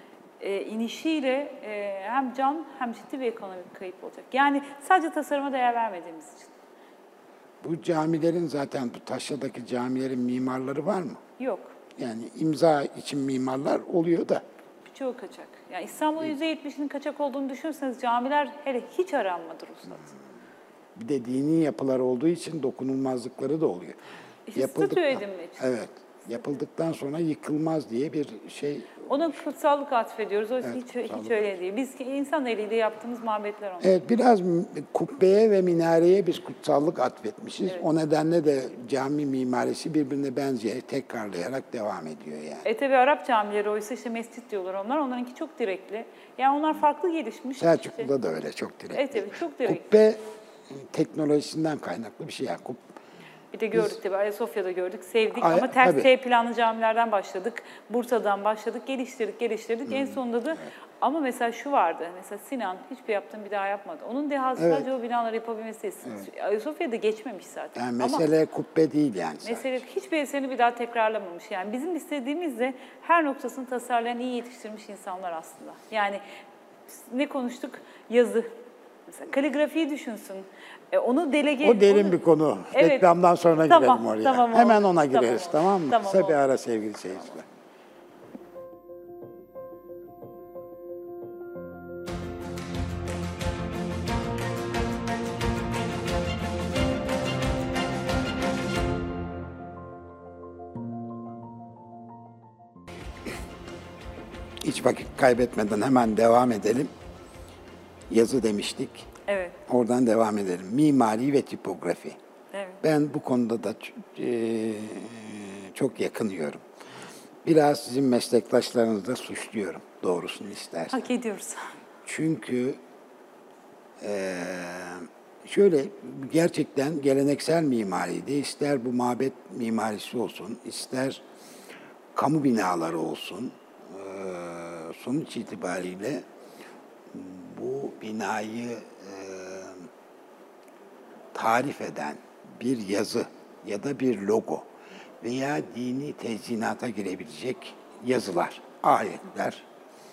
inişiyle hem can hem ciddi bir ekonomik kayıp olacak. Yani sadece tasarıma değer vermediğimiz için. Bu camilerin zaten bu Taşra'daki camilerin mimarları var mı? Yok. Yani imza için mimarlar oluyor da. Birçoğu kaçak. Yani İstanbul'un %70'inin kaçak olduğunu düşünürseniz camiler hele hiç aranmadı ruhsat. Bir de dini yapılar olduğu için dokunulmazlıkları da oluyor. Statü edinmek için. Evet. Yapıldıktan sonra yıkılmaz diye bir şey Ona kutsallık atfediyoruz. Oysa hiç öyle değil. Biz insan eliyle yaptığımız mabetler onlar. Evet, biraz kubbeye ve minareye biz kutsallık atfetmişiz. Evet. O nedenle de cami mimarisi birbirine benzeyerek, tekrarlayarak devam ediyor yani. Tabi Arap camileri oysa işte mescit diyorlar onlar. Onlarınki çok direkli. Yani onlar farklı gelişmiş. Selçuklu'da da öyle çok direkt. Evet, tabii çok direkt. Kubbe teknolojisinden kaynaklı bir şey. Yani Bir de gördük tabii Ayasofya'da gördük, sevdik Ay, ama ters tabii. T planlı camilerden başladık. Bursa'dan başladık, geliştirdik. En sonunda da ama mesela şu vardı. Mesela Sinan hiçbir yaptığını bir daha yapmadı. Onun dehası sadece o binaları yapabilmesi. Ayasofya'da geçmemiş zaten. Yani mesele kubbe değil yani. Mesele hiçbir eserini bir daha tekrarlamamış. Yani bizim istediğimiz de her noktasını tasarlayan, iyi yetiştirmiş insanlar aslında. Yani ne konuştuk? Yazı. Mesela kaligrafiyi düşünsün. Onu delege... O derin bir konu. Evet. Reklamdan sonra girelim oraya. Tamam, Hemen oldu. ona gireriz, tamam mı? Tamam, Kısa bir oldu. ara sevgili seyirciler. Hiç vakit kaybetmeden hemen devam edelim. Yazı demiştik. Evet. Oradan devam edelim. Mimari ve tipografi. Evet. Ben bu konuda da çok yakınıyorum. Biraz sizin meslektaşlarınızı da suçluyorum, doğrusunu istersen. Hak ediyoruz. Çünkü şöyle gerçekten geleneksel mimaride ister bu mabet mimarisi olsun, ister kamu binaları olsun, sonuç itibariyle bu binayı tarif eden bir yazı ya da bir logo veya dini tezyinata girebilecek yazılar, ayetler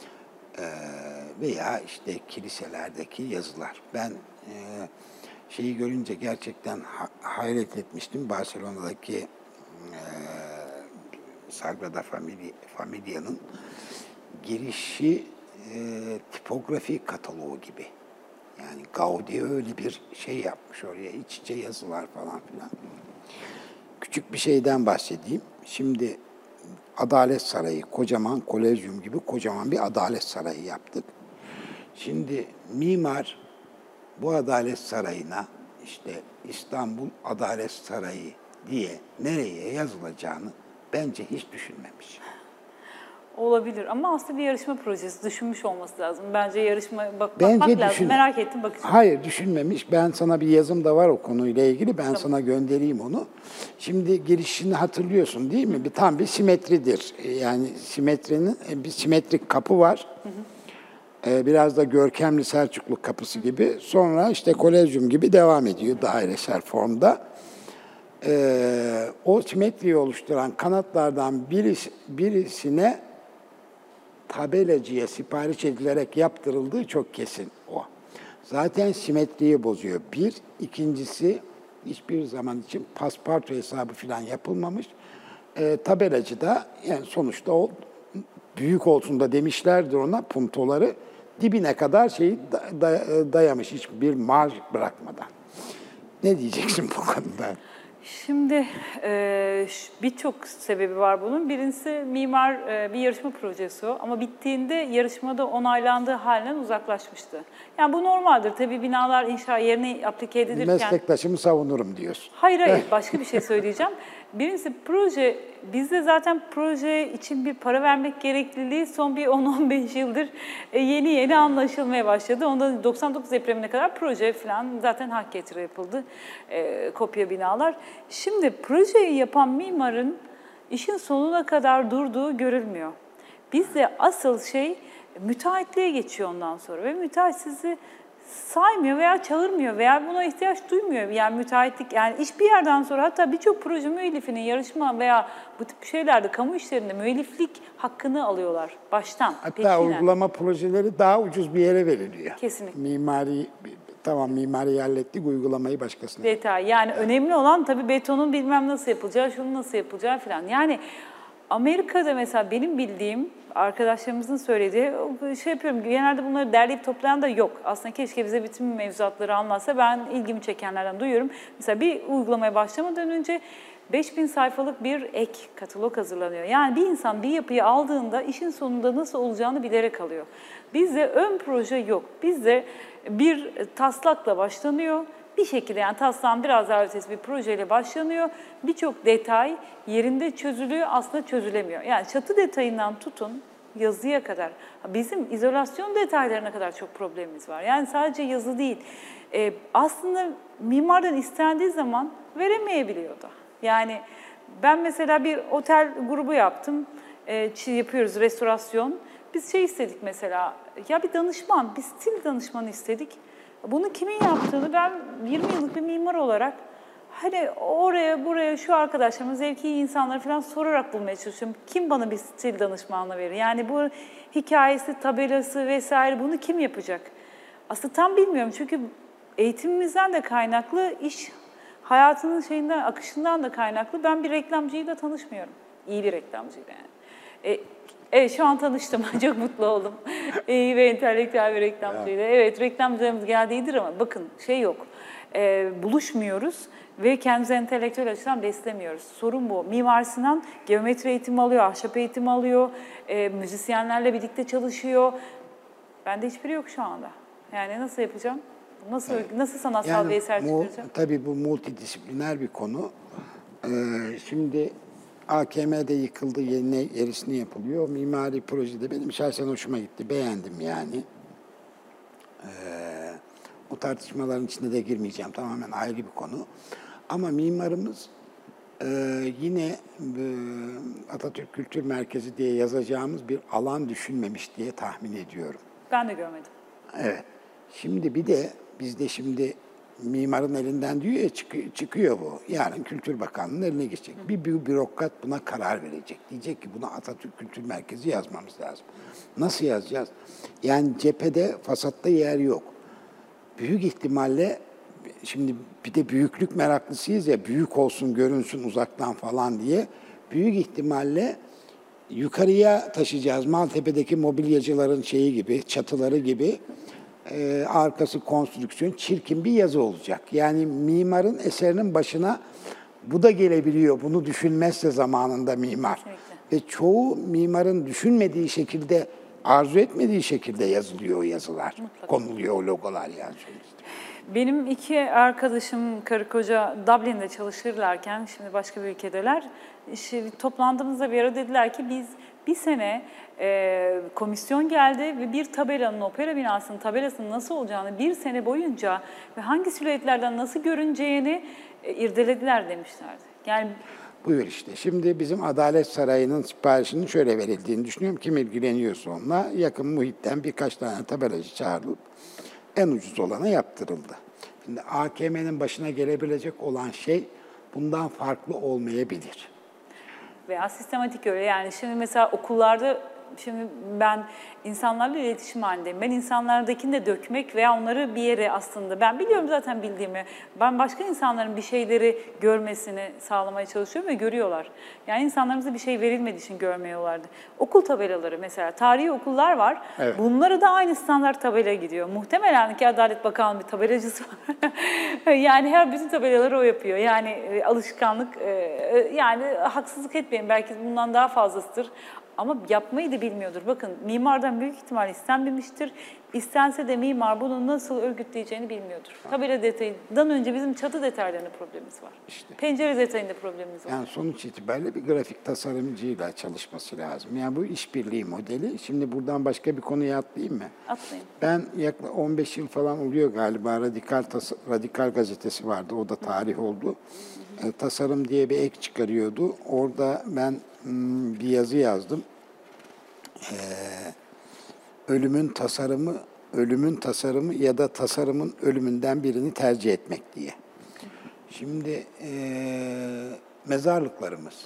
veya işte kiliselerdeki yazılar. Ben şeyi görünce gerçekten hayret etmiştim. Barcelona'daki Sagrada Familia'nın girişi tipografi kataloğu gibi. Yani Gaudi öyle bir şey yapmış oraya, iç içe yazılar falan filan. Küçük bir şeyden bahsedeyim. Şimdi Adalet Sarayı, kocaman kolezyum gibi kocaman bir Adalet Sarayı yaptık. Şimdi mimar bu Adalet Sarayı'na işte İstanbul Adalet Sarayı diye nereye yazılacağını bence hiç düşünmemiş. Olabilir ama aslında bir yarışma projesi düşünmüş olması lazım. Bence bakmak lazım. Merak ettim, bakacağım. Hayır, düşünmemiş. Ben sana bir yazım da var o konuyla ilgili. Ben sana göndereyim onu. Şimdi girişini hatırlıyorsun değil mi? Tam bir simetridir. Yani simetrinin bir simetrik kapı var. Biraz da görkemli Selçuklu kapısı gibi. Sonra işte kolezyum gibi devam ediyor dairesel formda. O simetriyi oluşturan kanatlardan birisine tabelacıya sipariş edilerek yaptırıldığı çok kesin o. Zaten simetriyi bozuyor. Bir, ikincisi hiçbir zaman için paspartu hesabı falan yapılmamış. Tabelacı da yani sonuçta o büyük olsun da demişlerdir ona puntoları dibine kadar şeyi dayamış hiçbir marj bırakmadan. Ne diyeceksin bu konuda? Şimdi birçok sebebi var bunun. Birincisi mimar bir yarışma projesi o ama bittiğinde yarışmada onaylandığı halinden uzaklaşmıştı. Yani bu normaldir. Tabii binalar inşa yerine aplike edilirken... Meslektaşımı savunurum diyorsun. Hayır, başka bir şey söyleyeceğim. Birincisi proje, bizde zaten proje için bir para vermek gerekliliği son bir 10-15 yıldır yeni anlaşılmaya başladı. Ondan 99 depremine kadar proje falan zaten hak getiri yapıldı, kopya binalar. Şimdi projeyi yapan mimarın işin sonuna kadar durduğu görülmüyor. Bizde asıl şey müteahhitliğe geçiyor ondan sonra ve müteahhit sizi saymıyor veya çağırmıyor veya buna ihtiyaç duymuyor. Yani müteahhitlik, yani iş bir yerden sonra hatta birçok proje müellifinin yarışma veya bu tip şeylerde, kamu işlerinde müelliflik hakkını alıyorlar baştan. Hatta peşinen. uygulama projeleri daha ucuz bir yere veriliyor. Kesinlikle. Mimari hallettik, uygulamayı başkasına. Detay. Yani önemli olan tabii betonun bilmem nasıl yapılacağı, şunun nasıl yapılacağı falan. Yani Amerika'da mesela benim bildiğim, arkadaşlarımızın söylediği, şey yapıyorum, genelde bunları derleyip toplayan da yok. Aslında keşke bize bütün mevzuatları anlatsa, ben ilgimi çekenlerden duyuyorum. Mesela bir uygulamaya başlamadan önce 5000 sayfalık bir ek katalog hazırlanıyor. Yani bir insan bir yapıyı aldığında işin sonunda nasıl olacağını bilerek alıyor. Bizde ön proje yok. Bizde bir taslakla başlanıyor. Bir şekilde, yani taslağın biraz daha ötesi bir projeyle başlanıyor. Birçok detay yerinde çözülüyor, aslında çözülemiyor. Yani çatı detayından tutun yazıya kadar, bizim izolasyon detaylarına kadar çok problemimiz var. Yani sadece yazı değil. Aslında mimardan istendiği zaman veremeyebiliyor da. Yani ben mesela bir otel grubu yaptım, yapıyoruz restorasyon. Biz şey istedik mesela, ya bir danışman, bir stil danışmanı istedik. Bunu kimin yaptığını ben 20 yıllık bir mimar olarak hani oraya buraya şu arkadaşlarımın zevki iyi insanları falan sorarak bulmaya çalışıyorum. Kim bana bir stil danışmanlığı verir? Yani bu hikayesi, tabelası vesaire bunu kim yapacak? Aslında tam bilmiyorum çünkü eğitimimizden de kaynaklı, iş hayatının şeyinden, akışından da kaynaklı. Ben bir reklamcıyla tanışmıyorum. İyi bir reklamcıyla yani. Evet, şu an tanıştım. Çok mutlu oldum. İyi ve entelektüel bir reklamcıyla. Evet, reklamcılarımız genelde iyidir ama bakın şey yok. Buluşmuyoruz ve kendimizi entelektüel açıdan beslemiyoruz. Sorun bu. Mimar Sinan geometri eğitimi alıyor, ahşap eğitimi alıyor, müzisyenlerle birlikte çalışıyor. Bende hiçbiri yok şu anda. Yani nasıl yapacağım? Nasıl sanatsal Yani bir eser çıkaracağım? tabii bu multidisipliner bir konu. Şimdi AKM'de yıkıldı, yenisini yapılıyor. Mimari projede benim şahsen hoşuma gitti, beğendim yani. O tartışmaların içine de girmeyeceğim, tamamen ayrı bir konu. Ama mimarımız yine Atatürk Kültür Merkezi diye yazacağımız bir alan düşünmemiş diye tahmin ediyorum. Ben de görmedim. Evet. Şimdi bir de bizde şimdi mimarın elinden diyor ya çıkıyor bu. Yarın Kültür Bakanlığı'nın eline geçecek. Bir bürokrat buna karar verecek. Diyecek ki buna Atatürk Kültür Merkezi yazmamız lazım. Nasıl yazacağız? Yani cephede, fasatta yer yok. Büyük ihtimalle şimdi bir de büyüklük meraklısıyız ya, büyük olsun, görünsün uzaktan falan diye. Büyük ihtimalle yukarıya taşıyacağız. Maltepe'deki mobilyacıların şeyi gibi, çatıları gibi. Arkası konstrüksiyon, çirkin bir yazı olacak. Yani mimarın eserinin başına bu da gelebiliyor. Bunu düşünmezse zamanında mimar. Kesinlikle. Ve çoğu mimarın düşünmediği şekilde, arzu etmediği şekilde yazılıyor o yazılar. Mutlaka. Konuluyor o logolar yani sonuçta. Benim iki arkadaşım karı koca Dublin'de çalışırlarken, şimdi başka bir ülkedeler. İşte toplandığımızda bir ara dediler ki biz bir sene komisyon geldi ve bir tabelanın, opera binasının tabelasının nasıl olacağını bir sene boyunca ve hangi silüetlerden nasıl görüneceğini irdelediler demişlerdi. Yani Buyur işte. Şimdi bizim Adalet Sarayı'nın siparişinin şöyle verildiğini düşünüyorum. Kim ilgileniyorsa onunla yakın muhitten birkaç tane tabelacı çağrılıp en ucuz olana yaptırıldı. Şimdi AKM'nin başına gelebilecek olan şey bundan farklı olmayabilir. veya sistematik öyle. Yani şimdi mesela okullarda, şimdi ben insanlarla iletişim halindeyim. Ben insanlardakini de dökmek veya onları bir yere aslında, ben biliyorum zaten bildiğimi, ben başka insanların bir şeyleri görmesini sağlamaya çalışıyorum ve görüyorlar. Yani insanlarımıza bir şey verilmediği için görmüyorlardı. Okul tabelaları mesela, tarihi okullar var. Evet. Bunlara da aynı standart tabela gidiyor. Muhtemelen ki Adalet Bakanlığı bir tabelacısı var. Yani her bütün tabelaları o yapıyor. Yani alışkanlık, yani haksızlık etmeyin, belki bundan daha fazlasıdır. Ama yapmayı da bilmiyordur. Bakın mimardan büyük ihtimal istenmemiştir. İstense de mimar bunu nasıl örgütleyeceğini bilmiyordur. Tabela detayından önce bizim çatı detaylarında problemimiz var. İşte. Pencere detayında problemimiz var. Yani sonuç itibariyle bir grafik tasarımcıyla çalışması lazım. Yani bu işbirliği modeli. Şimdi buradan başka bir konuya atlayayım mı? Atlayın. Ben yaklaşık 15 yıl falan oluyor galiba Radikal gazetesi vardı. O da tarih oldu. Tasarım diye bir ek çıkarıyordu. Orada ben bir yazı yazdım. Ölümün tasarımı ya da tasarımın ölümünden birini tercih etmek diye. Şimdi mezarlıklarımız.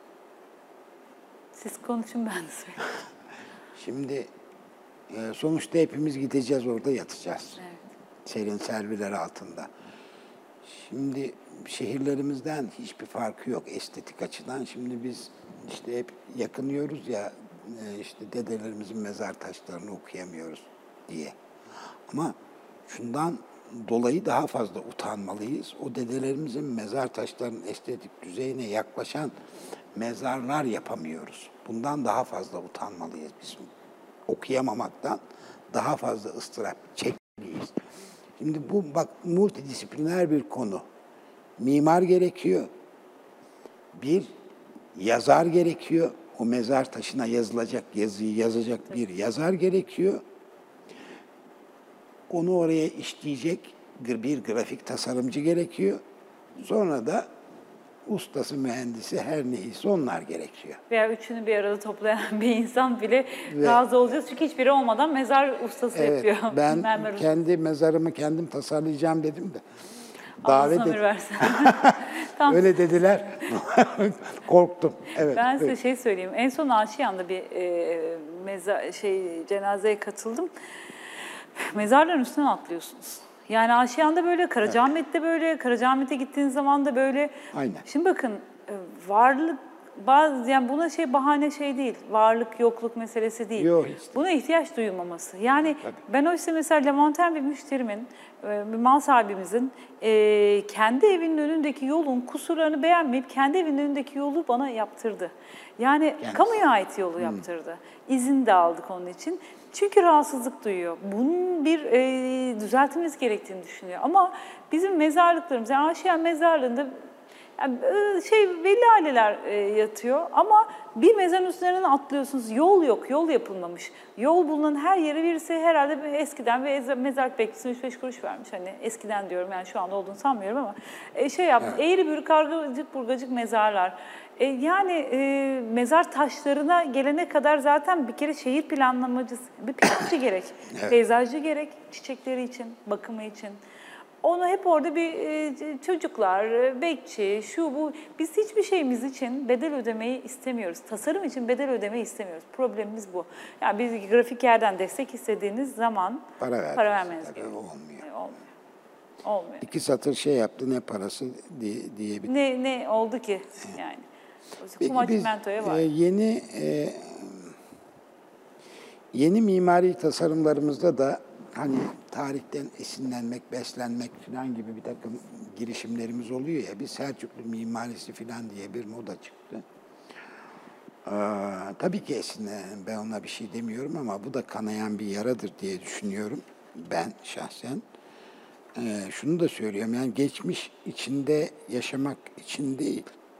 Siz konuşun, ben de söyleyeyim. Şimdi sonuçta hepimiz gideceğiz, orada yatacağız. Evet. Serin serviler altında. Şimdi şehirlerimizden hiçbir farkı yok estetik açıdan. Şimdi biz işte hep yakınıyoruz ya, işte dedelerimizin mezar taşlarını okuyamıyoruz diye. Ama şundan dolayı daha fazla utanmalıyız. O dedelerimizin mezar taşlarının estetik düzeyine yaklaşan mezarlar yapamıyoruz. Bundan daha fazla utanmalıyız biz. Okuyamamaktan daha fazla ıstırap çekmeliyiz. Şimdi bu bak multidisipliner bir konu. Mimar gerekiyor. Bir yazar gerekiyor. O mezar taşına yazılacak yazıyı yazacak bir yazar gerekiyor. Onu oraya işleyecek bir grafik tasarımcı gerekiyor. Sonra da ustası, mühendisi her neyse onlar gerekiyor. Veya üçünü bir arada toplayan bir insan bile razı olacağız. Çünkü hiçbiri olmadan mezar ustası yapıyor. Ben kendi mezarımı kendim tasarlayacağım dedim de. Allah ömür versin. Tam. Öyle dediler. Korktum. Evet. Ben size şey söyleyeyim. En son Aşiyan'da bir cenazeye katıldım. Mezarların üstünden atlıyorsunuz. Yani Aşiyan'da böyle, Karacaahmet'te böyle, Karacaahmet'e gittiğiniz zaman da böyle. Aynen. Şimdi bakın varlık, yani buna bahane değil, varlık yokluk meselesi değil. Yok, hiç. Buna ihtiyaç duyulmaması. Yani ben oysa mesela Levanten bir müşterimin, bir mal sahibimizin kendi evinin önündeki yolun kusurlarını beğenmeyip kendi evinin önündeki yolu bana yaptırdı. Yani kamuya ait yolu yaptırdı. İzin de aldık onun için. Çünkü rahatsızlık duyuyor. Bunun bir düzeltilmesi gerektiğini düşünüyor. Ama bizim mezarlıklarımız, yani Aşiyan mezarlığında yani belli aileler yatıyor ama bir mezarın üstünden atlıyorsunuz. Yol yok, yol yapılmamış. Yol bulunan her yere birisi herhalde eskiden bir mezarlık bekçisine 3-5 kuruş vermiş. Hani eskiden diyorum, yani şu anda olduğunu sanmıyorum ama yapmış. Evet. Eğri bürük, kargacık burgacık mezarlar. Mezar taşlarına gelene kadar zaten bir kere şehir planlamacısı, bir plancı gerek, peyzajcı gerek, çiçekleri için, bakımı için. Onu hep orada bir çocuklar, bekçi, şu bu. Biz hiçbir şeyimiz için bedel ödemeyi istemiyoruz. Tasarım için bedel ödemeyi istemiyoruz. Problemimiz bu. Yani bir grafik yerden destek istediğiniz zaman para vermeniz gerekiyor. Olmuyor. 2 satır yaptı, ne parası diye bir... Ne oldu ki yani? Peki biz yeni mimari tasarımlarımızda da hani tarihten esinlenmek, beslenmek falan gibi bir takım girişimlerimiz oluyor ya. Bir Selçuklu mimarisi falan diye bir moda çıktı. Tabii ki esinlenen, ben ona bir şey demiyorum ama bu da kanayan bir yaradır diye düşünüyorum ben şahsen. Şunu da söylüyorum, yani geçmiş içinde yaşamak için değil,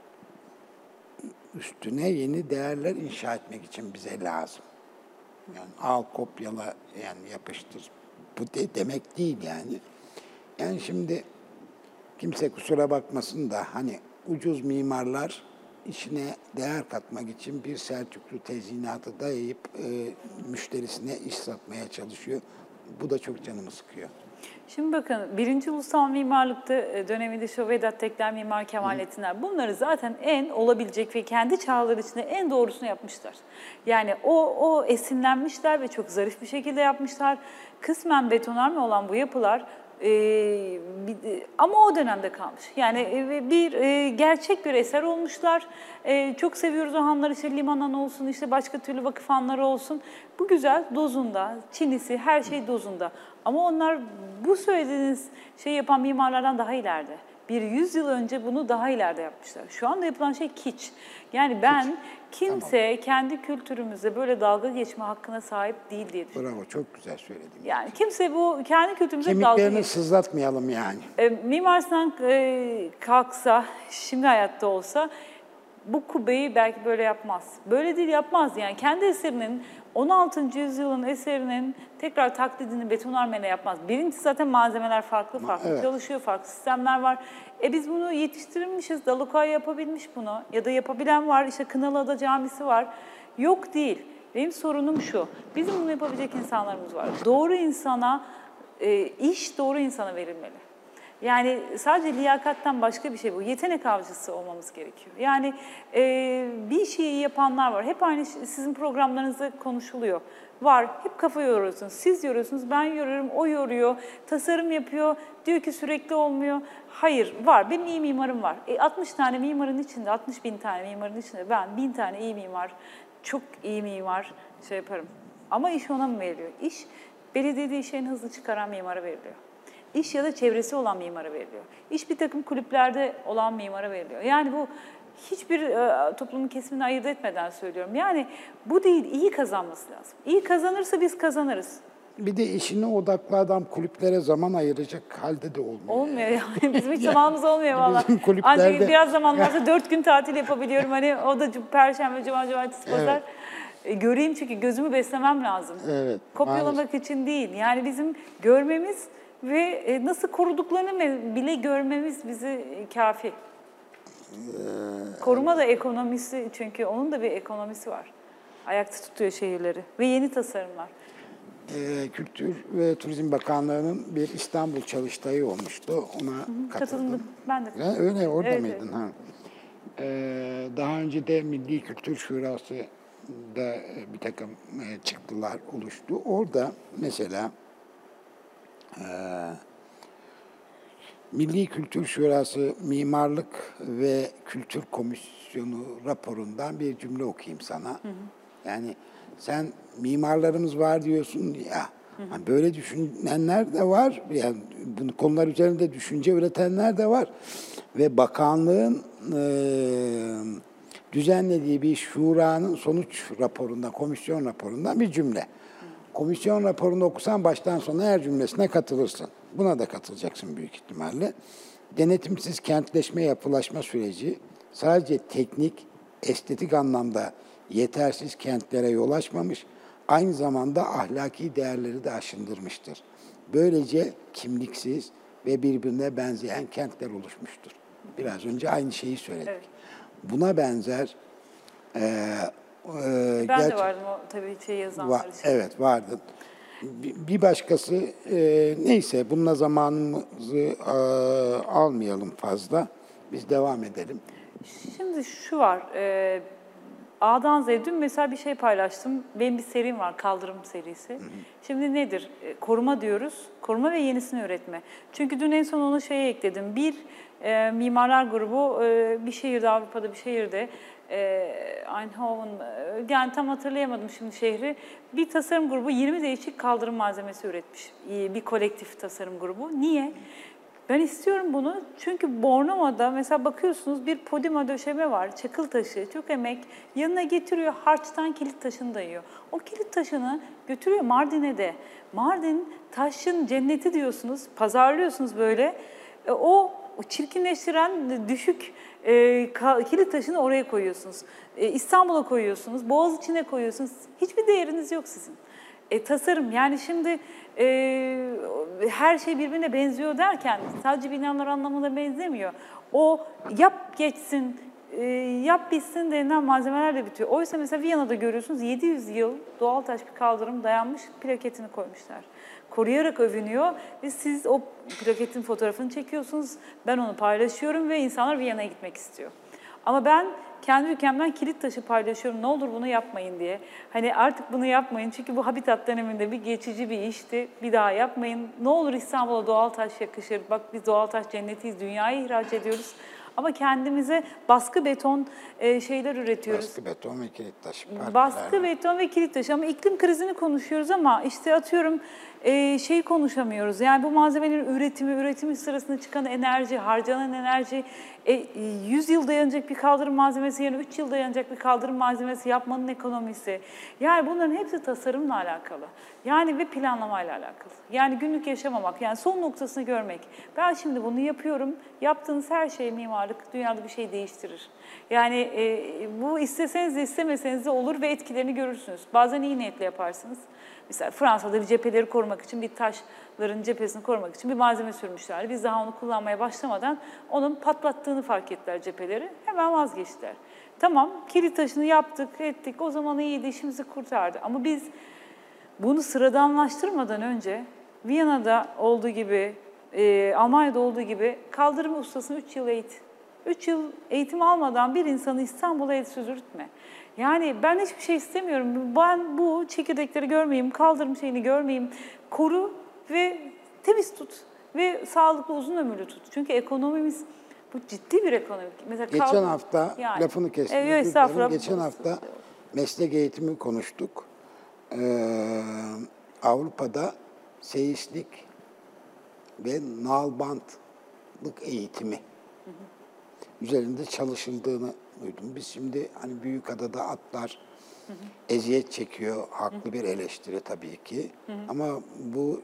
üstüne yeni değerler inşa etmek için bize lazım. Yani al, kopyala, yani yapıştır. Bu demek değil yani. Yani şimdi kimse kusura bakmasın da hani ucuz mimarlar içine değer katmak için bir Selçuklu tezyinatı dayayıp müşterisine iş satmaya çalışıyor. Bu da çok canımı sıkıyor. Şimdi bakın, 1. Ulusal Mimarlık'ta döneminde şu Vedat Tekler, Mimar Kemalettinler, bunları zaten en olabilecek ve kendi çağları içinde en doğrusunu yapmışlar. Yani o esinlenmişler ve çok zarif bir şekilde yapmışlar. Kısmen betonarme olan bu yapılar ama o dönemde kalmış. Yani gerçek bir eser olmuşlar. Çok seviyoruz o hanları, işte limanan olsun, işte başka türlü vakıf hanları olsun. Bu güzel, dozunda, çinisi, her şey dozunda. Ama onlar bu söylediğiniz yapan mimarlardan daha ileride. Bir 100 yıl önce bunu daha ileride yapmışlar. Şu anda yapılan şey kiç. Yani kimse kendi kültürümüzde böyle dalga geçme hakkına sahip değil diye düşünüyorum. Bravo, çok güzel söyledin. Yani kimse bu kendi kültürümüzde dalga geçme. Kemiklerini sızlatmayalım yani. Mimar Sinan kalksa, şimdi hayatta olsa bu kubbeyi belki böyle yapmaz. Böyle değil, yapmaz. Yani kendi eserinin, 16. yüzyılın eserinin tekrar taklidini betonarmeyle yapmaz. Birincisi zaten malzemeler farklı çalışıyor, farklı sistemler var. Biz bunu yetiştirmişiz, Dalukay yapabilmiş bunu ya da yapabilen var, işte Kınalıada Camisi var. Yok değil. Benim sorunum şu, bizim bunu yapabilecek insanlarımız var. Doğru insana, iş doğru insana verilmeli. Yani sadece liyakattan başka bir şey bu. Yetenek avcısı olmamız gerekiyor. Yani bir şeyi yapanlar var. Hep aynı sizin programlarınızda konuşuluyor. Var. Hep kafa yoruyorsunuz. Siz yoruyorsunuz, ben yoruyorum, o yoruyor, tasarım yapıyor, diyor ki sürekli olmuyor. Hayır, var. Benim iyi mimarım var. 60 tane mimarın içinde, 60 bin tane mimarın içinde ben 1000 tane iyi mimar, çok iyi mimar şey yaparım. Ama iş ona mı veriliyor? İş, belediyede işi en hızlı çıkaran mimara veriliyor. İş ya da çevresi olan mimara veriliyor. İş bir takım kulüplerde olan mimara veriliyor. Yani bu hiçbir toplumun kesimini ayırt etmeden söylüyorum. Yani bu değil, iyi kazanması lazım. İyi kazanırsa biz kazanırız. Bir de işine odaklı adam kulüplere zaman ayıracak halde de olmuyor. Olmuyor yani. Bizim hiç zamanımız olmuyor valla. Bizim kulüplerde- Ancak biraz zaman varsa 4 gün tatil yapabiliyorum. Hani o da Perşembe, Cuma, Cumartesi, Pazar. Göreyim çünkü gözümü beslemem lazım. Evet, Kopyalamak için değil. Yani bizim görmemiz ve nasıl koruduklarını bile görmemiz bizi kafi. Koruma da ekonomisi, çünkü onun da bir ekonomisi var. Ayakta tutuyor şehirleri ve yeni tasarımlar. Kültür ve Turizm Bakanlığı'nın bir İstanbul çalıştayı olmuştu. Ona katıldım. Ben de katıldım. Öyle, orada Evet, mıydın? evet. Ha. Daha önce de Milli Kültür Şurası'da bir takım çıktılar oluştu. Orada mesela Milli Kültür Şurası Mimarlık ve Kültür Komisyonu raporundan bir cümle okuyayım sana. Yani sen mimarlarımız var diyorsun ya. Hani böyle düşünenler de var. Yani bu konular üzerinde düşünce üretenler de var. Ve bakanlığın düzenlediği bir şuranın sonuç raporundan, komisyon raporundan bir cümle. Komisyon raporunu okusan baştan sona her cümlesine katılırsın. Buna da katılacaksın büyük ihtimalle. Denetimsiz kentleşme, yapılaşma süreci sadece teknik, estetik anlamda yetersiz kentlere yol açmamış, aynı zamanda ahlaki değerleri de aşındırmıştır. Böylece kimliksiz ve birbirine benzeyen kentler oluşmuştur. Biraz önce aynı şeyi söyledik. Evet. Buna benzer Ben de vardım o tabii yazanlar için. evet, vardın. Bir başkası, neyse bununla zamanımızı almayalım fazla. Biz devam edelim. Şimdi şu var, A'dan Z'ye dün mesela bir şey paylaştım. Benim bir serim var, kaldırım serisi. Şimdi nedir? Koruma diyoruz. Koruma ve yenisini üretme. Çünkü dün en son onu şeye ekledim. Bir mimarlar grubu bir şehirde, Avrupa'da bir şehirde, Eindhoven, yani tam hatırlayamadım şimdi şehri. Bir tasarım grubu 20 değişik kaldırım malzemesi üretmiş. Bir kolektif tasarım grubu. Niye? Ben istiyorum bunu çünkü Bornova'da mesela bakıyorsunuz bir podima döşeme var, çakıl taşı, çok emek. Yanına getiriyor, harçtan kilit taşını dayıyor. O kilit taşını götürüyor Mardin'e de. Mardin taşın cenneti diyorsunuz, pazarlıyorsunuz böyle. O çirkinleştiren düşük kilit taşını oraya koyuyorsunuz. İstanbul'a koyuyorsunuz, Boğaziçi'ne koyuyorsunuz. Hiçbir değeriniz yok sizin. Tasarım yani şimdi her şey birbirine benziyor derken sadece binalar anlamında benzemiyor. O yap geçsin, yap bitsin denilen malzemelerle bitiyor. Oysa mesela Viyana'da görüyorsunuz 700 yıl doğal taş bir kaldırım dayanmış, plaketini koymuşlar. Koruyarak övünüyor ve siz o plaketin fotoğrafını çekiyorsunuz. Ben onu paylaşıyorum ve insanlar Viyana'ya gitmek istiyor. Ama ben kendi ülkemden kilit taşı paylaşıyorum. Ne olur bunu yapmayın diye. Hani artık bunu yapmayın çünkü bu Habitat döneminde bir geçici bir işti. Bir daha yapmayın. Ne olur İstanbul'a doğal taş yakışır. Bak biz doğal taş cennetiyiz. Dünyaya ihraç ediyoruz. Ama kendimize baskı beton şeyler üretiyoruz. Baskı beton ve kilit taş. Baskı beton ve kilit taşı. Ama iklim krizini konuşuyoruz ama işte atıyorum şeyi konuşamıyoruz. Yani bu malzemelerin üretimi sırasında çıkan enerji, harcanan enerji, 100 yıl dayanacak bir kaldırım malzemesi yerine 3 yıl dayanacak bir kaldırım malzemesi yapmanın ekonomisi. Yani bunların hepsi tasarımla alakalı. Yani ve planlamayla alakalı. Yani günlük yaşamamak, yani son noktasını görmek. Ben şimdi bunu yapıyorum. Yaptığınız her şey mimarlık dünyada bir şey değiştirir. Yani bu isteseniz de istemeseniz de olur ve etkilerini görürsünüz. Bazen iyi niyetle yaparsınız. Mesela Fransa'da bir cepheleri korumak için, bir taşların cephesini korumak için bir malzeme sürmüşler. Biz daha onu kullanmaya başlamadan onun patlattığını fark ettiler cepheleri. Hemen vazgeçtiler. Tamam, kilit taşını yaptık, ettik. O zaman iyiydi, işimizi kurtardı. Ama biz bunu sıradanlaştırmadan önce Viyana'da olduğu gibi, Almanya'da olduğu gibi kaldırım ustasını 3 yıl eğit. 3 yıl eğitim almadan bir insanı İstanbul'a el süzürtme. Yani ben hiçbir şey istemiyorum. Ben bu çekirdekleri görmeyeyim, kaldırım şeyini görmeyeyim. Koru ve temiz tut. Ve sağlıklı, uzun ömürlü tut. Çünkü ekonomimiz, bu ciddi bir ekonomik. Mesela Geçen hafta, yani, lafını kestim. estağfurullah. Geçen hafta meslek eğitimi konuştuk. Avrupa'da seyislik ve nalbantlık eğitimi üzerinde çalışıldığını duydum. Biz şimdi hani Büyükada'da atlar eziyet çekiyor. Haklı bir eleştiri tabii ki. Ama bu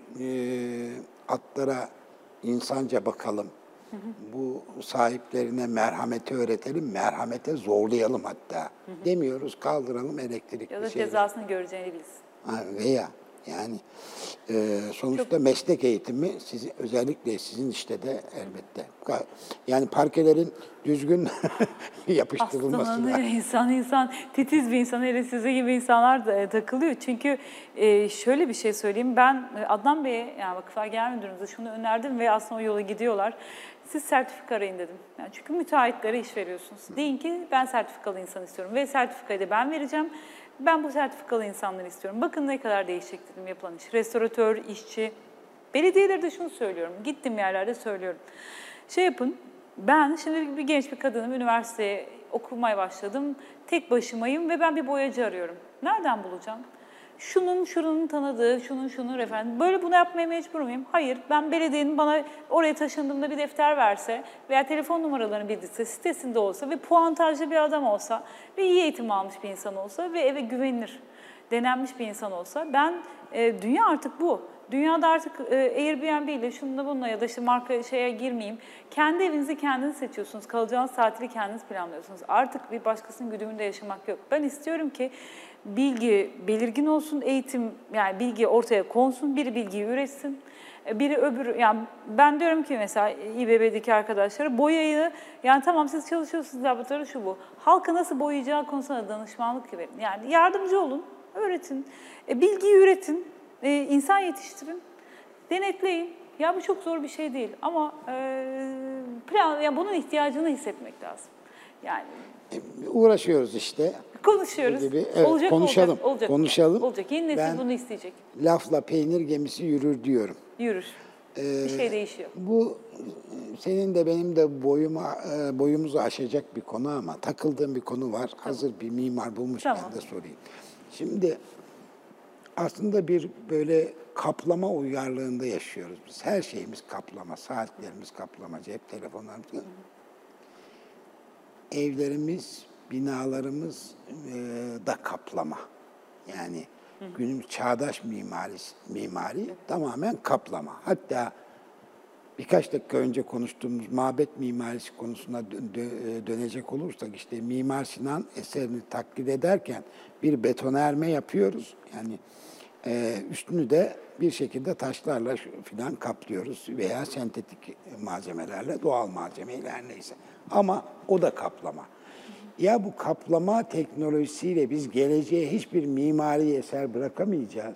atlara insanca bakalım. Bu sahiplerine merhameti öğretelim, merhamete zorlayalım hatta. Demiyoruz, kaldıralım elektrikli Ya da şeyleri. cezasını göreceğini bilsin. Veya yani sonuçta meslek eğitimi özellikle sizin işte de elbette. Yani parkelerin düzgün yapıştırılması Aslında insan titiz bir insan, hele size gibi insanlar da takılıyor. Çünkü şöyle bir şey söyleyeyim. Ben Adnan Bey'e, yani Vakıflar Genel Müdürümüze şunu önerdim ve aslında o yola gidiyorlar. Siz sertifika arayın dedim. Yani çünkü müteahhitlere iş veriyorsunuz. Deyin ki ben sertifikalı insan istiyorum ve sertifikayı da ben vereceğim. Ben bu sertifikalı insanları istiyorum. Bakın ne kadar değişecek dedim yapılan iş. Restoratör, işçi. Belediyelerde şunu söylüyorum. Gittiğim yerlerde söylüyorum. Şey yapın. Ben şimdi bir genç bir kadınım. Üniversiteye okumaya başladım. Tek başımayım ve ben bir boyacı arıyorum. Nereden bulacağım? Şunun tanıdığı, şunun efendim. Böyle bunu yapmaya mecbur muyum? Hayır. Ben belediyenin bana oraya taşındığımda bir defter verse veya telefon numaralarını bildirse, sitesinde olsa ve puantajlı bir adam olsa ve iyi eğitim almış bir insan olsa ve eve güvenilir, denenmiş bir insan olsa, dünya artık bu. Dünyada artık Airbnb ile şununla bununla ya da işte marka şeye girmeyeyim. Kendi evinizi kendiniz seçiyorsunuz. Kalacağınız tatili kendiniz planlıyorsunuz. Artık bir başkasının güdümünde yaşamak yok. Ben istiyorum ki bilgi belirgin olsun, eğitim yani bilgi ortaya konsun, biri bilgiyi üretsin. Biri öbürü, yani ben diyorum ki mesela İBB'deki arkadaşlara boyayı, yani tamam siz çalışıyorsunuz laboratuvarda şu bu. Halka nasıl boyayacağı konusunda danışmanlık verin. Yani yardımcı olun, öğretin, bilgiyi üretin, insan yetiştirin, denetleyin. Ya bu çok zor bir şey değil ama yani bunun ihtiyacını hissetmek lazım. Yani uğraşıyoruz işte. konuşuyoruz. Gibi. Evet, olacak, konuşalım. olacak. Konuşalım. Olacak. Yeni nesil bunu isteyecek. Lafla peynir gemisi yürür diyorum. Yürür. Bir şey değişiyor. Bu senin de benim de boyumuzu aşacak bir konu ama takıldığım bir konu var. Tamam. Hazır bir mimar bulmuşken de sorayım. Şimdi aslında bir böyle kaplama uygarlığında yaşıyoruz biz. Her şeyimiz kaplama, saatlerimiz kaplama, cep telefonlarımız. Evlerimiz, binalarımız da kaplama. Yani günümüz çağdaş mimari tamamen kaplama. Hatta birkaç dakika önce konuştuğumuz mabet mimarisi konusuna dönecek olursak işte Mimar Sinan eserini taklit ederken bir betonerme yapıyoruz. Yani üstünü de bir şekilde taşlarla filan kaplıyoruz veya sentetik malzemelerle, doğal malzemeler neyse. Ama o da kaplama. Ya bu kaplama teknolojisiyle biz geleceğe hiçbir mimari eser bırakamayacağız.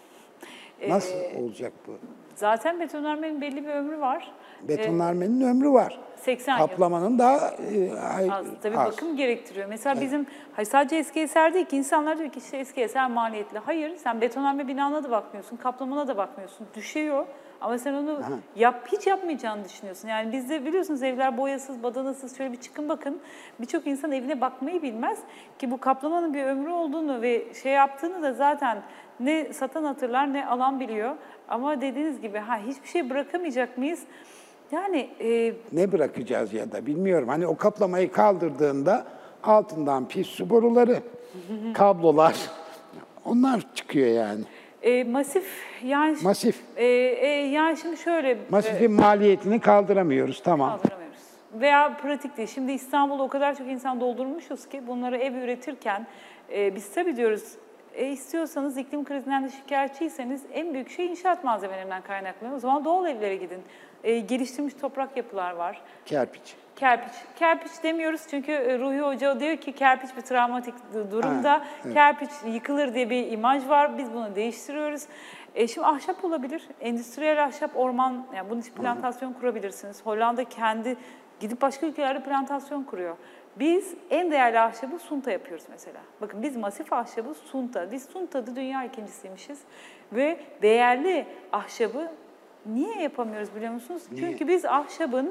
Nasıl olacak bu? Zaten betonarmenin belli bir ömrü var. Betonarmenin ömrü var. 80 Kaplamanın yıl. daha az. Tabii az. bakım gerektiriyor. Mesela bizim sadece eski eser değil ki, insanlar diyor ki işte eski eser maliyetli. Hayır, sen betonarme binana da bakmıyorsun, kaplamana da bakmıyorsun. Düşüyor ama sen onu hiç yapmayacağını düşünüyorsun. Yani bizde biliyorsunuz evler boyasız, badanasız. Şöyle bir çıkın bakın. Birçok insan evine bakmayı bilmez ki bu kaplamanın bir ömrü olduğunu ve şey yaptığını da zaten ne satan hatırlar ne alan biliyor. Ama dediğiniz gibi hiçbir şey bırakamayacak mıyız? Yani ne bırakacağız ya da bilmiyorum. Hani o kaplamayı kaldırdığında altından pis su boruları, kablolar onlar çıkıyor yani. Masif yani. Masif. Yani şimdi şöyle. Masifin maliyetini kaldıramıyoruz, tamam. Kaldıramıyoruz. Veya pratik değil. Şimdi İstanbul'da o kadar çok insan doldurmuşuz ki bunları ev üretirken biz tabii diyoruz istiyorsanız iklim krizinden de şikayetçiyseniz en büyük şey inşaat malzemelerinden kaynaklanıyor. O zaman doğal evlere gidin. Geliştirilmiş toprak yapılar var. Kerpiç. Kerpiç demiyoruz çünkü Ruhi Hoca diyor ki kerpiç bir travmatik durumda. Evet. Kerpiç yıkılır diye bir imaj var. Biz bunu değiştiriyoruz. Şimdi ahşap olabilir. Endüstriyel ahşap orman, yani bunun için plantasyon kurabilirsiniz. Hollanda kendi Gidip başka ülkelerde plantasyon kuruyor. Biz en değerli ahşabı sunta yapıyoruz mesela. Bakın biz masif ahşabı sunta. Biz suntada dünya ikincisiymişiz. Ve değerli ahşabı niye yapamıyoruz biliyor musunuz? Niye? Çünkü biz ahşabın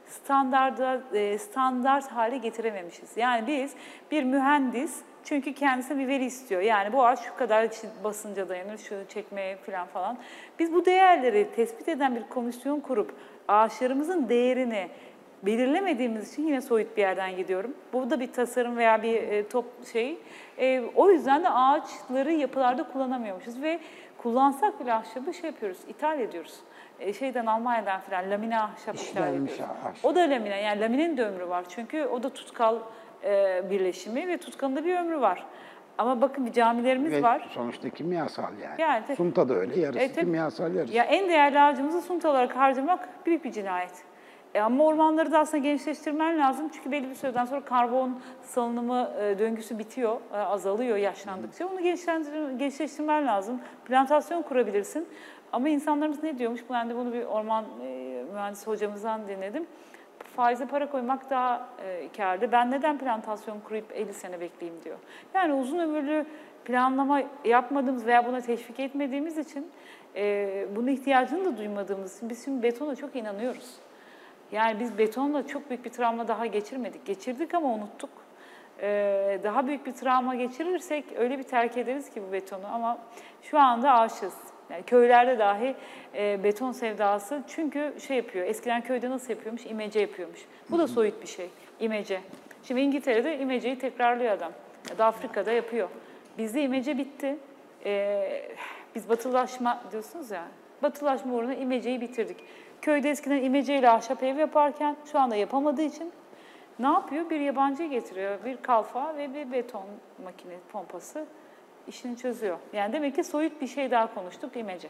standart hale getirememişiz. Yani biz bir mühendis çünkü kendisine bir veri istiyor. Yani bu ağaç şu kadar basınca dayanır, şu çekmeye falan. Biz bu değerleri tespit eden bir komisyon kurup ağaçlarımızın değerini belirlemediğimiz için yine soyut bir yerden gidiyorum. Bu da bir tasarım veya bir o yüzden de ağaçları yapılarda kullanamıyormuşuz ve kullansak bile ahşabı yapıyoruz, ithal ediyoruz. Almanya'dan falan lamine ahşap ithal ediyoruz. O da lamine, yani laminenin de ömrü var çünkü o da tutkal birleşimi ve tutkalın da bir ömrü var. Ama bakın bir camilerimiz ve var. Sonuçta kimyasal yani. Sunta da öyle, yarısı kimyasal, yarısı. Ya en değerli ağacımızı sunta olarak harcamak büyük bir cinayet. Ama ormanları da aslında gençleştirmen lazım. Çünkü belli bir süreden sonra karbon salınımı döngüsü bitiyor, azalıyor yaşlandıkça. Onu gençleştirmen lazım. Plantasyon kurabilirsin. Ama insanlarımız ne diyormuş? Ben de bunu bir orman mühendisi hocamızdan dinledim. Faize para koymak daha kârlı. Ben neden plantasyon kuruyup 50 sene bekleyeyim diyor. Yani uzun ömürlü planlama yapmadığımız veya buna teşvik etmediğimiz için, bunun ihtiyacını da duymadığımız için biz şimdi betona çok inanıyoruz. Yani biz betonla çok büyük bir travma daha geçirmedik. Geçirdik ama unuttuk. Daha büyük bir travma geçirirsek öyle bir terk ederiz ki bu betonu ama şu anda aşığız. Yani köylerde dahi beton sevdası çünkü yapıyor. Eskiden köyde nasıl yapıyormuş? İmece yapıyormuş. Bu da soyut bir şey. İmece. Şimdi İngiltere'de imeceyi tekrarlıyor adam. Ya da Afrika'da yapıyor. Bizde imece bitti. Biz batılaşma diyorsunuz ya. Batılaşma uğruna imeceyi bitirdik. Köyde eskiden imeceyle ahşap ev yaparken şu anda yapamadığı için ne yapıyor? Bir yabancıyı getiriyor. Bir kalfa ve bir beton makine pompası işini çözüyor. Yani demek ki soyut bir şey daha konuştuk, imece.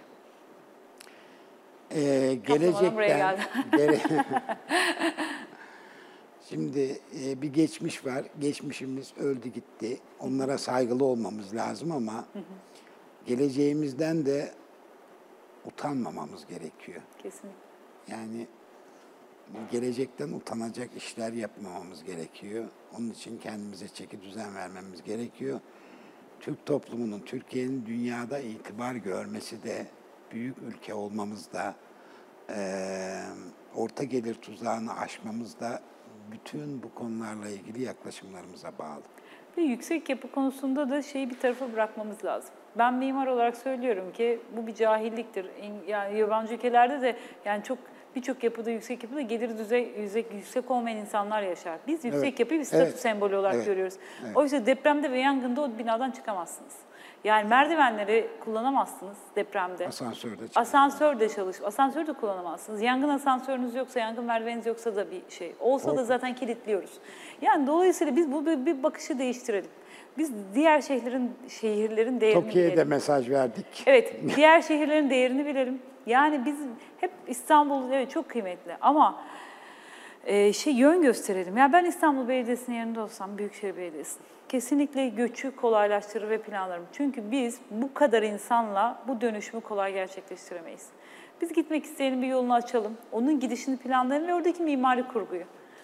Gelecekten... Şimdi bir geçmiş var. Geçmişimiz öldü gitti. Onlara saygılı olmamız lazım ama geleceğimizden de utanmamamız gerekiyor. Kesinlikle. Yani gelecekten utanacak işler yapmamamız gerekiyor. Onun için kendimize çeki düzen vermemiz gerekiyor. Türk toplumunun, Türkiye'nin dünyada itibar görmesi de, büyük ülke olmamız da, orta gelir tuzağını aşmamız da bütün bu konularla ilgili yaklaşımlarımıza bağlı. Ve yüksek yapı konusunda da bir tarafa bırakmamız lazım. Ben mimar olarak söylüyorum ki bu bir cahilliktir. Yani yabancı ülkelerde de yani birçok yapıda, yüksek yapıda gelir düzeyi yüksek olmayan insanlar yaşar. Biz yüksek yapıyı bir statü sembolü olarak görüyoruz. Evet. Oysa depremde ve yangında o binadan çıkamazsınız. Yani merdivenleri kullanamazsınız depremde. Asansör de kullanamazsınız. Yangın asansörünüz yoksa, yangın merdiveniniz yoksa da bir şey. Olsa da zaten kilitliyoruz. Yani dolayısıyla biz bu bir bakışı değiştirelim. Biz diğer şehirlerin değerini bilelim. Tokyo'ya da mesaj verdik. Evet, diğer şehirlerin değerini bilelim. Yani biz hep İstanbul çok kıymetli ama yön gösterelim. Yani ben İstanbul Belediyesi'nin yerinde olsam, Büyükşehir Belediyesi'nin kesinlikle göçü kolaylaştırır ve planlarım. Çünkü biz bu kadar insanla bu dönüşümü kolay gerçekleştiremeyiz. Biz gitmek isteyenin bir yolunu açalım. Onun gidişini planlayalım ve oradaki mimari kurguyu.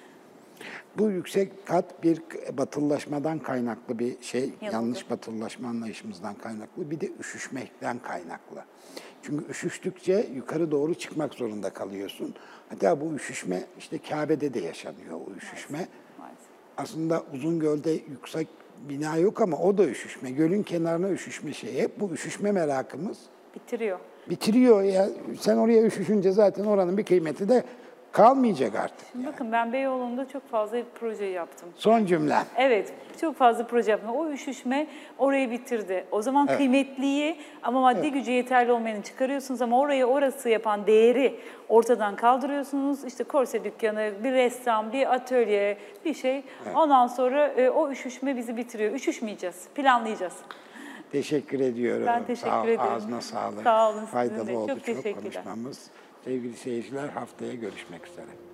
Bu yüksek kat bir batılılaşmadan kaynaklı bir şey. Yanlış batılılaşma anlayışımızdan kaynaklı. Bir de üşüşmekten kaynaklı. Çünkü üşüştükçe yukarı doğru çıkmak zorunda kalıyorsun. Hatta bu üşüşme Kabe'de de yaşanıyor o üşüşme. Maalesef. Aslında Uzungöl'de yüksek bina yok ama o da üşüşme. Gölün kenarına üşüşme şeyi. Hep bu üşüşme merakımız. Bitiriyor ya. Sen oraya üşüşünce zaten oranın bir kıymeti de kalmayacak artık. Şimdi bakın ben Beyoğlu'nda çok fazla proje yaptım. Son cümlem. Evet, çok fazla proje yaptım. O üşüşme orayı bitirdi. O zaman kıymetliyi ama maddi gücü yeterli olmayanı çıkarıyorsunuz ama orası yapan değeri ortadan kaldırıyorsunuz. İşte korse dükkanı, bir ressam, bir atölye, bir şey. Evet. Ondan sonra o üşüşme bizi bitiriyor. Üşüşmeyeceğiz, planlayacağız. Teşekkür ediyorum. Ben teşekkür ederim. Ağzına sağlık. Sağ olun. Faydalı oldu çok konuşmamız. Sevgili seyirciler, haftaya görüşmek üzere.